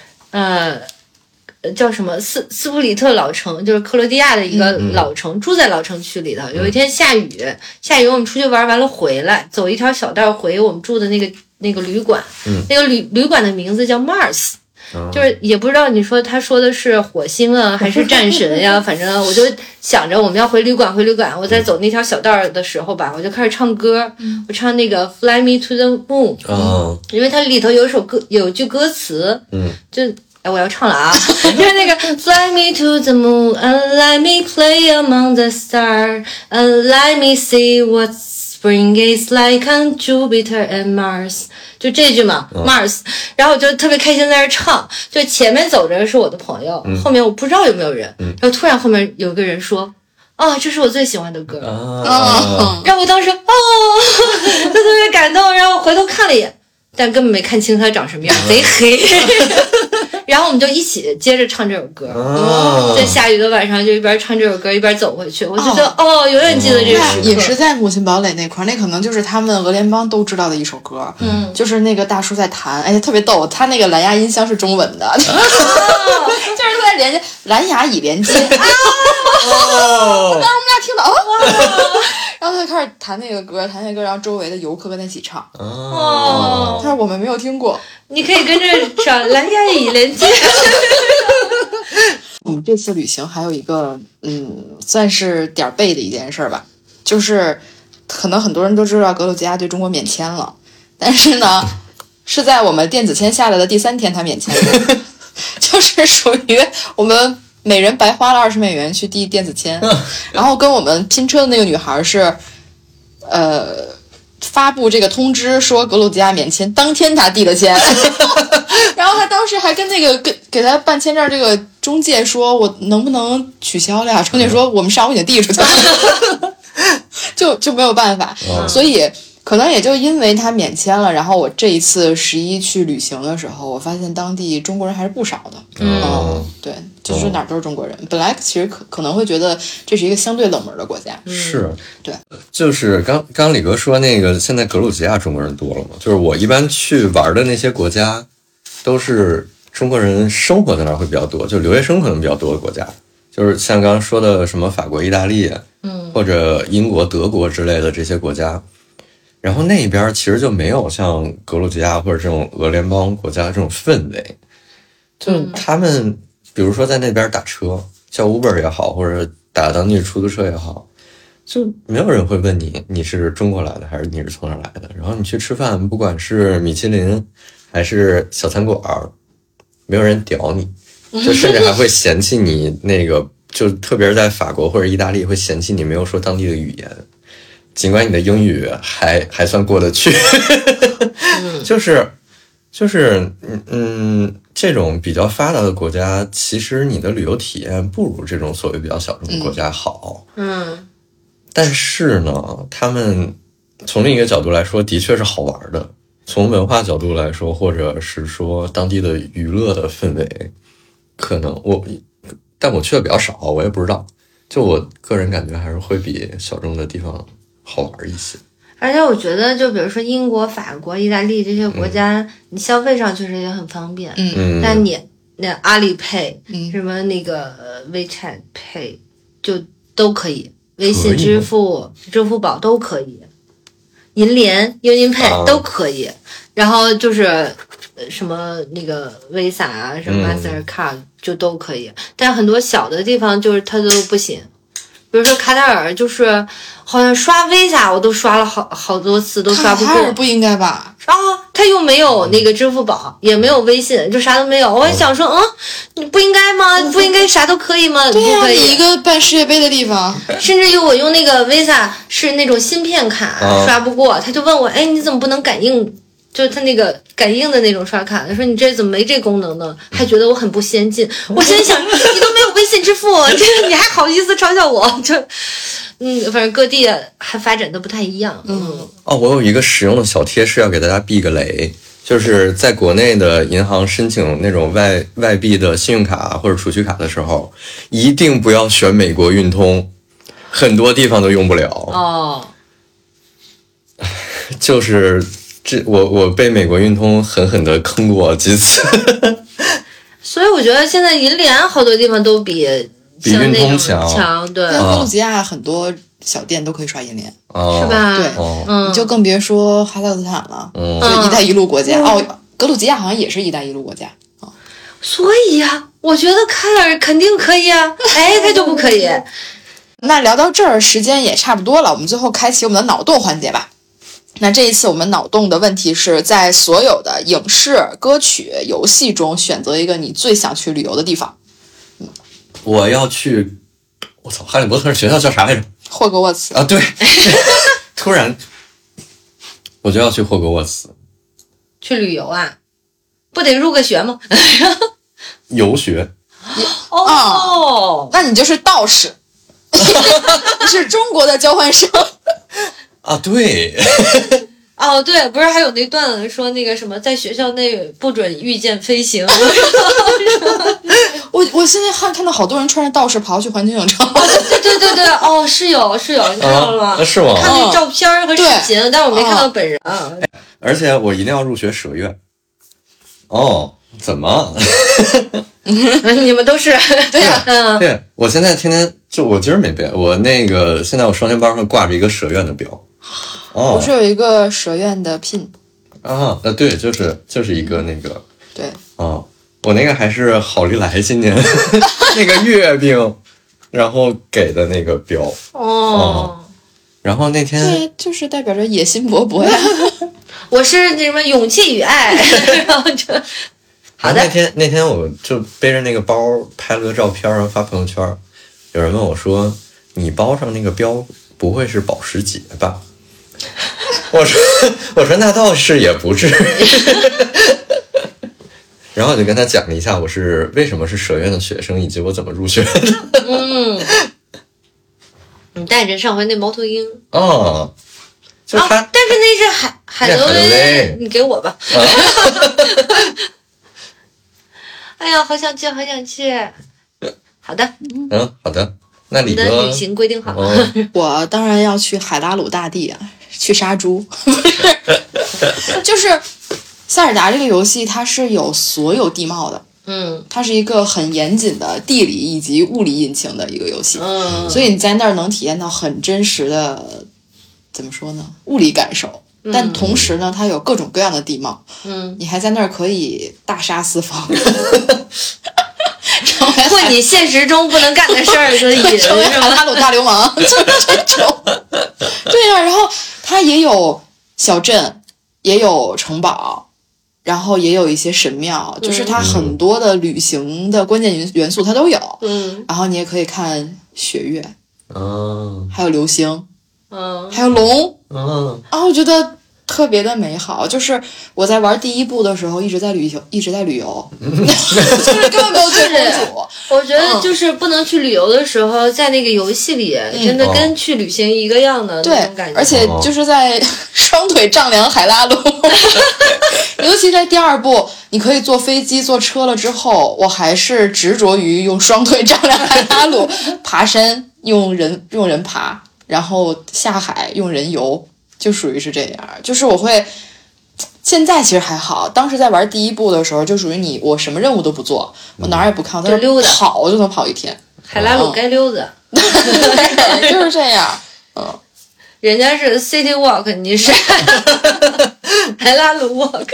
S3: 叫什么斯普里特老城，就是克罗地亚的一个老城，住在老城区里的。有一天下雨我们出去玩完了回来，走一条小道回我们住的那个旅馆，那个旅馆的名字叫 Mars。就是也不知道你说他说的是火星啊还是战神呀，反正我就想着我们要回旅馆，我在走那条小道的时候吧，我就开始唱歌，我唱那个 Fly Me to the Moon，因为它里头有句歌词，就我要唱了啊，就是那个 Fly me to the moon and let me play among the stars and let me see what spring is like on Jupiter and Mars， 就这句嘛，Mars， 然后我就特别开心在那唱，就前面走着是我的朋友，后面我不知道有没有人，然后突然后面有个人说这是我最喜欢的歌，然后我当时就特别感动，然后我回头看了一眼，但根本没看清他长什么样，贼黑。然后我们就一起接着唱这首歌，在下雨的晚上就一边唱这首歌一边走回去，我就觉得永远记得这个时刻。
S1: 也是在母亲堡垒那块，那可能就是他们俄联邦都知道的一首歌，就是那个大叔在弹，特别逗，他那个蓝牙音箱是中文的，就是他在连接蓝牙已连接，当时我们俩听到然后他就开始弹那个歌，然后周围的游客跟他一起唱，但是我们没有听过。
S3: 你可以跟着唱蓝牙已连接。
S1: 我们这次旅行还有一个算是点儿背的一件事吧，就是可能很多人都知道格鲁吉亚对中国免签了，但是呢，是在我们电子签下来的第3天他免签的，就是属于我们每人白花了20美元去递电子签，然后跟我们拼车的那个女孩是，发布这个通知说格鲁吉亚免签，当天他递的签，然后他当时还跟那个给他办签证这个中介说，我能不能取消了呀？中介说我们上午已经递出去了，就没有办法，所以可能也就因为他免签了，然后我这一次11去旅行的时候，我发现当地中国人还是不少的。对，就是哪儿都是中国人。本来其实可能会觉得这是一个相对冷门的国家。
S2: 是，
S1: 对，
S2: 就是刚李哥说那个，现在格鲁吉亚中国人多了嘛？就是我一般去玩的那些国家，都是中国人生活在那儿会比较多，就留学生可能比较多的国家。就是像刚刚说的什么法国、意大利，或者英国、德国之类的这些国家。然后那边其实就没有像格鲁吉亚或者这种俄联邦国家这种氛围，就他们比如说在那边打车叫 Uber 也好，或者打当地出租车也好，就没有人会问你是中国来的还是你是从哪来的。然后你去吃饭，不管是米其林还是小餐馆，没有人屌你，就甚至还会嫌弃你那个，就特别是在法国或者意大利会嫌弃你没有说当地的语言。尽管你的英语还算过得去，就是这种比较发达的国家，其实你的旅游体验不如这种所谓比较小众的国家好。但是呢，他们从另一个角度来说，的确是好玩的。从文化角度来说，或者是说当地的娱乐的氛围，可能但我去的比较少，我也不知道。就我个人感觉，还是会比小众的地方好玩一些。
S3: 而且我觉得就比如说英国、法国、意大利这些国家，你消费上确实也很方便。但你那阿里 Pay，什么那个WeChat Pay 就都可以，微信支付、支付宝都可以，银联、UnionPay 都可以。然后就是什么那个 Visa 啊，什么 Mastercard 就都可以。但很多小的地方就是它都不行。比如说卡塔尔，就是好像刷 Visa 我都刷了好多次都刷不过。
S1: 卡塔尔不应该吧？
S3: 他又没有那个支付宝，也没有微信，就啥都没有。我也想说，你不应该吗？不应该啥都可以吗？
S1: 对呀，
S3: 不可以。
S1: 你一个办世界杯的地方，
S3: 甚至于我用那个 Visa 是那种芯片卡，刷不过，他就问我，你怎么不能感应？就是他那个感应的那种刷卡，他说你这怎么没这功能呢？还觉得我很不先进。我心里想，你都没有微信支付，这你还好意思嘲笑我？就，反正各地还发展的不太一样。
S2: 我有一个实用的小贴士要给大家避个雷，就是在国内的银行申请那种外币的信用卡或者储蓄卡的时候，一定不要选美国运通，很多地方都用不了。就是我被美国运通狠狠的坑过几次。
S3: 所以我觉得现在银联好多地方都比
S2: 运通强。
S3: 对，
S1: 在格鲁吉亚很多小店都可以刷银联，
S3: 是吧？
S1: 对，你就更别说哈萨克斯坦了，就一带一路国家。格鲁吉亚好像也是一带一路国家。
S3: 所以呀，我觉得卡塔尔肯定可以啊，他就不可以。
S1: 那聊到这儿，时间也差不多了，我们最后开启我们的脑洞环节吧。那这一次我们脑洞的问题是在所有的影视、歌曲、游戏中选择一个你最想去旅游的地方。
S2: 我要去，我操，哈利波特学校叫啥来着？
S1: 霍格沃茨
S2: 啊，对，突然我就要去霍格沃茨。
S3: 去旅游啊？不得入个学吗？
S2: 游学。
S1: 那你就是道士，你是中国的交换生。
S2: 对。
S3: 对，不是还有那段子说那个什么，在学校内不准御剑飞行。
S1: 我现在看到好多人穿着道士袍去环球影城。
S3: 对，是有，你看到了吗？
S2: 是吗？
S3: 看那照片和视频，但是我没看到本人。
S2: 而且我一定要入学蛇院。怎么？
S3: 你们都是
S1: 对呀。
S2: 对，我现在天天我今儿没背，我那个现在我双肩包上挂着一个蛇院的标。
S1: 我是有一个蛇院的 pin。
S2: 对，就是一个那个。
S1: 对。
S2: 我那个还是好利来今年那个月饼，然后给的那个标。 然后那天
S1: 对，就是代表着野心勃勃呀。
S3: 我是那什么勇气与爱，然后就好的。
S2: 那天我就背着那个包拍了个照片，然后发朋友圈。有人问我说：“你包上那个标不会是保时捷吧？”我说那倒是也不至于。然后我就跟他讲了一下我是为什么是蛇院的学生，以及我怎么入学的。
S3: 你带着上回那猫头鹰
S2: 哦，就他，
S3: 但是那是海德威，你给我吧。哎呀，好想去，好想去。好的，
S2: 好的。那李哥
S3: 的旅行规定好了。
S1: 我当然要去海拉鲁大地啊，去杀猪。不是，就是塞尔达这个游戏，它是有所有地貌的。它是一个很严谨的地理以及物理引擎的一个游戏。所以你在那儿能体验到很真实的，怎么说呢，物理感受。但同时呢，它有各种各样的地貌。你还在那儿可以大杀四方。
S3: 混你现实中不能干的事儿，所以
S1: 成为海拉鲁大流氓，就是这种。对呀，然后它也有小镇，也有城堡，然后也有一些神庙，就是它很多的旅行的关键元素它都有。然后你也可以看雪月，还有流星，还有龙，我觉得特别的美好。就是我在玩第一部的时候一直在旅游，就是根本没有对公主。
S3: 我觉得就是不能去旅游的时候，在那个游戏里真的跟去旅行一个样的那种感觉。
S1: 而且就是在双腿丈量海拉鲁，尤其在第二部，你可以坐飞机、坐车了之后，我还是执着于用双腿丈量海拉鲁，爬山用人爬，然后下海用人游。就属于是这样，就是我会，现在其实还好，当时在玩第一部的时候，就属于我什么任务都不做，我哪儿也不看，我在
S3: 溜达
S1: 跑，我就能跑一天。
S3: 海拉鲁该溜达，
S1: 就是这样。
S3: 人家是 City Walk， 你是海拉鲁 Walk。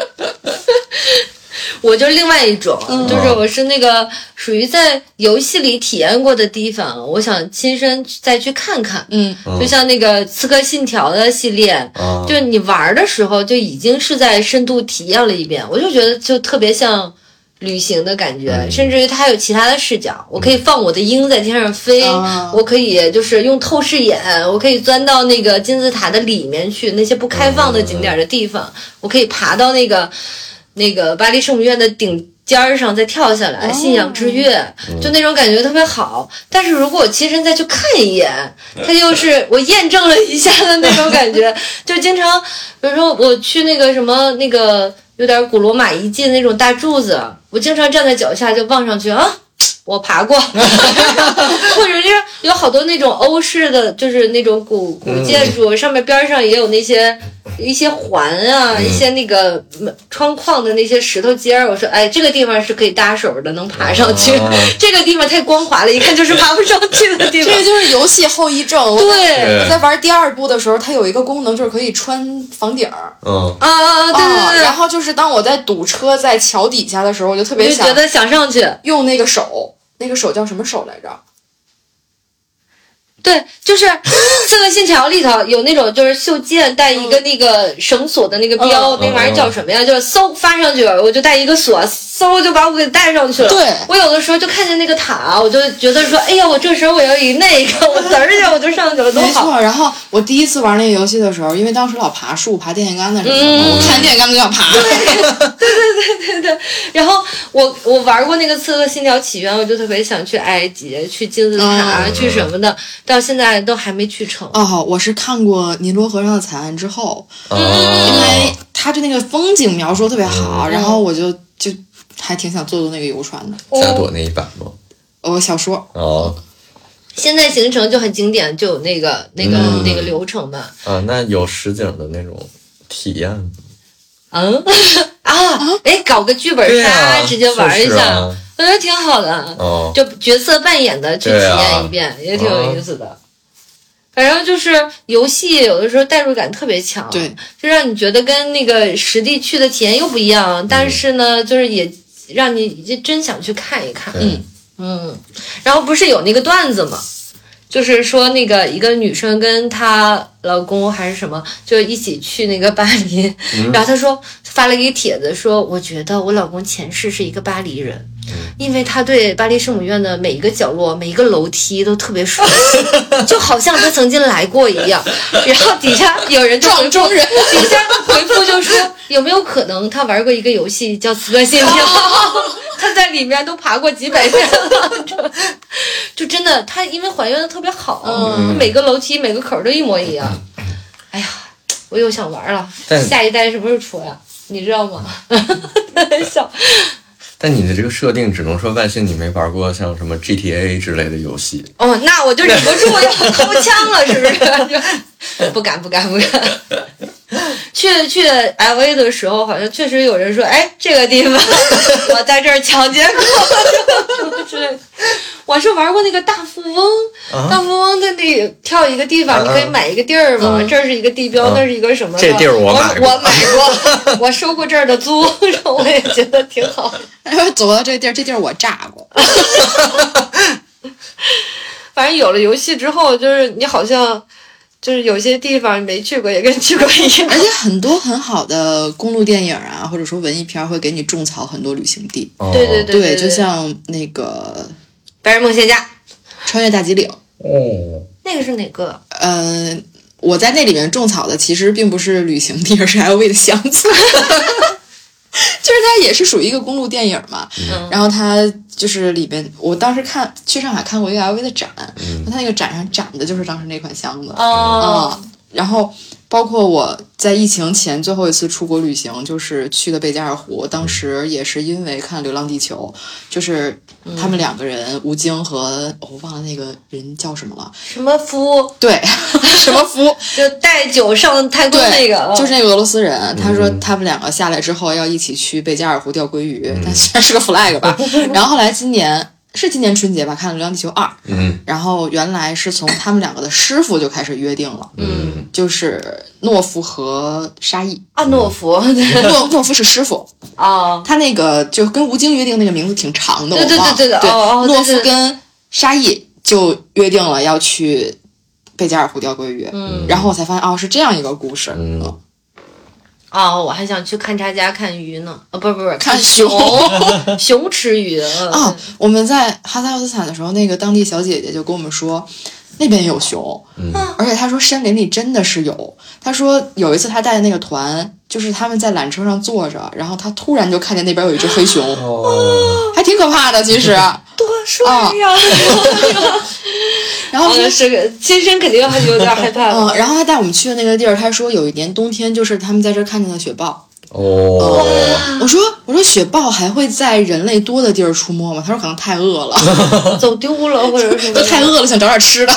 S3: 我就另外一种，就是我是那个属于在游戏里体验过的地方，我想亲身再去看看。就像那个《刺客信条》的系列，就你玩的时候就已经是在深度体验了一遍，我就觉得就特别像旅行的感觉，甚至于它还有其他的视角，我可以放我的鹰在天上飞，我可以就是用透视眼，我可以钻到那个金字塔的里面去，那些不开放的景点的地方，我可以爬到那个巴黎圣母院的顶尖上再跳下来，信仰之月，就那种感觉特别好。但是如果我亲身再去看一眼，它就是我验证了一下的那种感觉。就经常比如说我去那个什么那个有点古罗马遗迹那种大柱子，我经常站在脚下就望上去我爬过。或者是有好多那种欧式的，就是那种古建筑，上面边上也有那些一些环啊，一些那个窗框的那些石头尖儿。我说，这个地方是可以搭手的，能爬上去。这个地方太光滑了，一看就是爬不上去的地方。
S1: 这个就是游戏后遗症。
S3: 对，
S1: 我在玩第二部的时候，它有一个功能就是可以穿房顶儿。
S3: 对。
S1: 然后就是当我在堵车在桥底下的时候，我就特别
S3: 觉得想上去，
S1: 用那个手。那个手叫什么手来着？
S3: 对，就是《刺客信条》里头有那种就是袖剑带一个那个绳索的那个标，那玩意儿叫什么呀？就是嗖发上去，我就带一个锁，嗖就把我给带上去了。
S1: 对，
S3: 我有的时候就看见那个塔，我就觉得说，哎呀，我这时候我要以那个，我嘚儿一下我就上去了，多好。
S1: 没错。然后我第一次玩那个游戏的时候，因为当时老爬树、爬电线杆子什么的，我看电线杆子就想爬。
S3: 对。然后我玩过那个《刺客信条：起源》，我就特别想去埃及、去金字塔、去什么的。到现在都还没去成。
S1: 我是看过尼罗河上的惨案之后，因为他对那个风景描述特别好，然后我就还挺想坐那个游船的。
S2: 加朵那一版吗？
S1: 小说。
S3: 现在行程就很经典，就有那个流程嘛。
S2: 那有实景的那种体验吗？
S3: 搞个剧本杀，直接玩一下，我觉得挺好的。就角色扮演的去体验一遍，也挺有意思的。反正就是游戏有的时候代入感特别强，
S1: 对，
S3: 就让你觉得跟那个实地去的体验又不一样，但是呢，就是也让你真想去看一看。然后不是有那个段子吗？ 就是说那个一个女生跟她老公还是什么，就一起去那个巴黎，然后她说发了一个帖子说，我觉得我老公前世是一个巴黎人，因为他对巴黎圣母院的每一个角落、每一个楼梯都特别熟悉，就好像他曾经来过一样。然后底下有人就
S1: 撞钟人，
S3: 底下回复就说有没有可能他玩过一个游戏叫《刺客信条》，他在里面都爬过几百遍了，就真的他因为还原的特别好，每个楼梯每个口都一模一样。哎呀，我又想玩了，下一代什么时候出呀？你知道吗？笑。
S2: 但你的这个设定只能说万幸你没玩过像什么 GTA 之类的游戏
S3: 哦，那我就忍不住要掏枪了，是不是？不敢。去 LA 的时候，好像确实有人说，哎，这个地方我在这儿抢劫过，之类的。我是玩过那个大富翁，大富翁在那里跳一个地方，你可以买一个地儿嘛，这是一个地标，那是一个什么？
S2: 这地儿我买
S3: 过，我收过这儿的租，我也觉得挺好的。
S1: 走到这地儿我炸过。
S3: 反正有了游戏之后，就是你好像就是有些地方没去过也跟去过一样，
S1: 而且很多很好的公路电影啊，或者说文艺片会给你种草很多旅行地。
S3: 对，
S1: 就像那个
S3: 白日梦现家、
S1: 穿越大吉岭。
S3: 那个是哪个？
S1: 我在那里面种草的其实并不是旅行地，而是 LV 的箱子。就是它也是属于一个公路电影嘛，然后它就是里边，我当时去上海看过一个 LV 的展，它那个展上展的就是当时那款箱子然后包括我在疫情前最后一次出国旅行，就是去的贝加尔湖，当时也是因为看《流浪地球》，就是他们两个人，吴京和我忘了那个人叫什么了，
S3: 什么夫？
S1: 对，什么夫？
S3: 就带酒上太空那个，
S1: 就是那个俄罗斯人。他说他们两个下来之后要一起去贝加尔湖钓鲑鱼，但虽然是个 flag 吧。然后后来今年春节吧，看了《流浪地球2》，然后原来是从他们两个的师傅就开始约定了，就是懦夫和沙溢
S3: 啊，懦夫
S1: 是师傅
S3: 啊，
S1: 他那个就跟吴京约定那个名字挺长的，
S3: 对，
S1: 懦夫跟沙溢就约定了要去贝加尔湖钓鲑鱼，然后我才发现是这样一个故事，
S3: 我还想去勘察家看鱼呢，不是
S1: 看
S3: 熊吃鱼
S1: 我们在哈萨克斯坦的时候，那个当地小姐姐就跟我们说，那边有熊，而且她说山林里真的是有。她说有一次她带的那个团，就是他们在缆车上坐着，然后她突然就看见那边有一只黑熊，还挺可怕的，其实。
S3: 多帅呀！
S1: 然后
S3: 这个亲身肯定还有点害怕。
S1: 然后他带我们去的那个地儿，他说有一年冬天，就是他们在这儿看见了雪豹。我说雪豹还会在人类多的地儿出没吗？他说可能太饿了，
S3: 走丢了或者什么，
S1: 太饿了想找点吃的。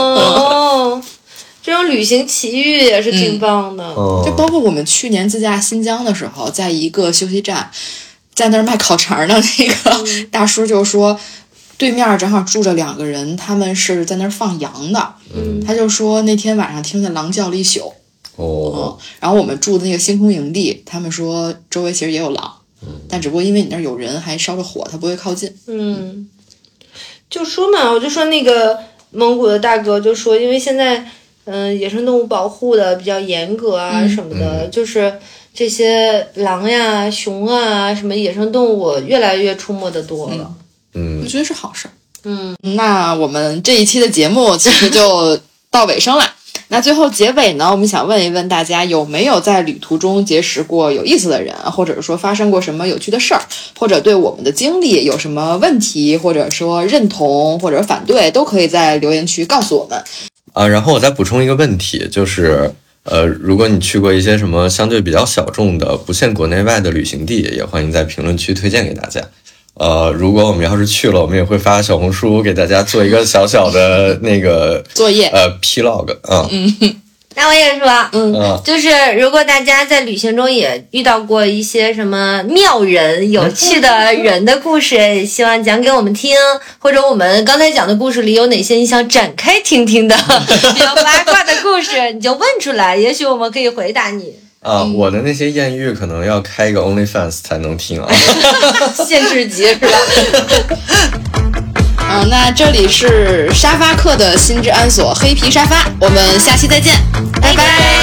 S3: 这种旅行奇遇也是挺棒的。
S1: 就包括我们去年自驾新疆的时候，在一个休息站，在那儿卖烤肠的那个大叔就说，对面正好住着2个人，他们是在那儿放羊的。他就说那天晚上听见狼叫了一宿。然后我们住的那个星空营地，他们说周围其实也有狼，但只不过因为你那儿有人还烧着火，他不会靠近。
S3: 就说嘛，我就说那个蒙古的大哥就说，因为现在野生动物保护的比较严格啊什么的，就是这些狼呀、熊啊什么野生动物越来越出没的多了。
S1: 我觉得是好事。那我们这一期的节目其实就到尾声了。那最后结尾呢，我们想问一问大家，有没有在旅途中结识过有意思的人，或者说发生过什么有趣的事儿，或者对我们的经历有什么问题，或者说认同或者反对，都可以在留言区告诉我们。
S2: 然后我再补充一个问题，就是如果你去过一些什么相对比较小众的不限国内外的旅行地，也欢迎在评论区推荐给大家。如果我们要是去了，我们也会发小红书给大家做一个小小的那个
S1: 作业
S2: ，vlog
S3: 那我也说，就是如果大家在旅行中也遇到过一些什么妙人、有趣的人的故事，也希望讲给我们听，或者我们刚才讲的故事里有哪些你想展开听听的比较八卦的故事，你就问出来，也许我们可以回答你。
S2: 我的那些艳遇可能要开一个 OnlyFans 才能听啊，
S3: 限制级是吧？
S1: 那这里是沙发客的心之安所黑皮沙发，我们下期再见，拜拜。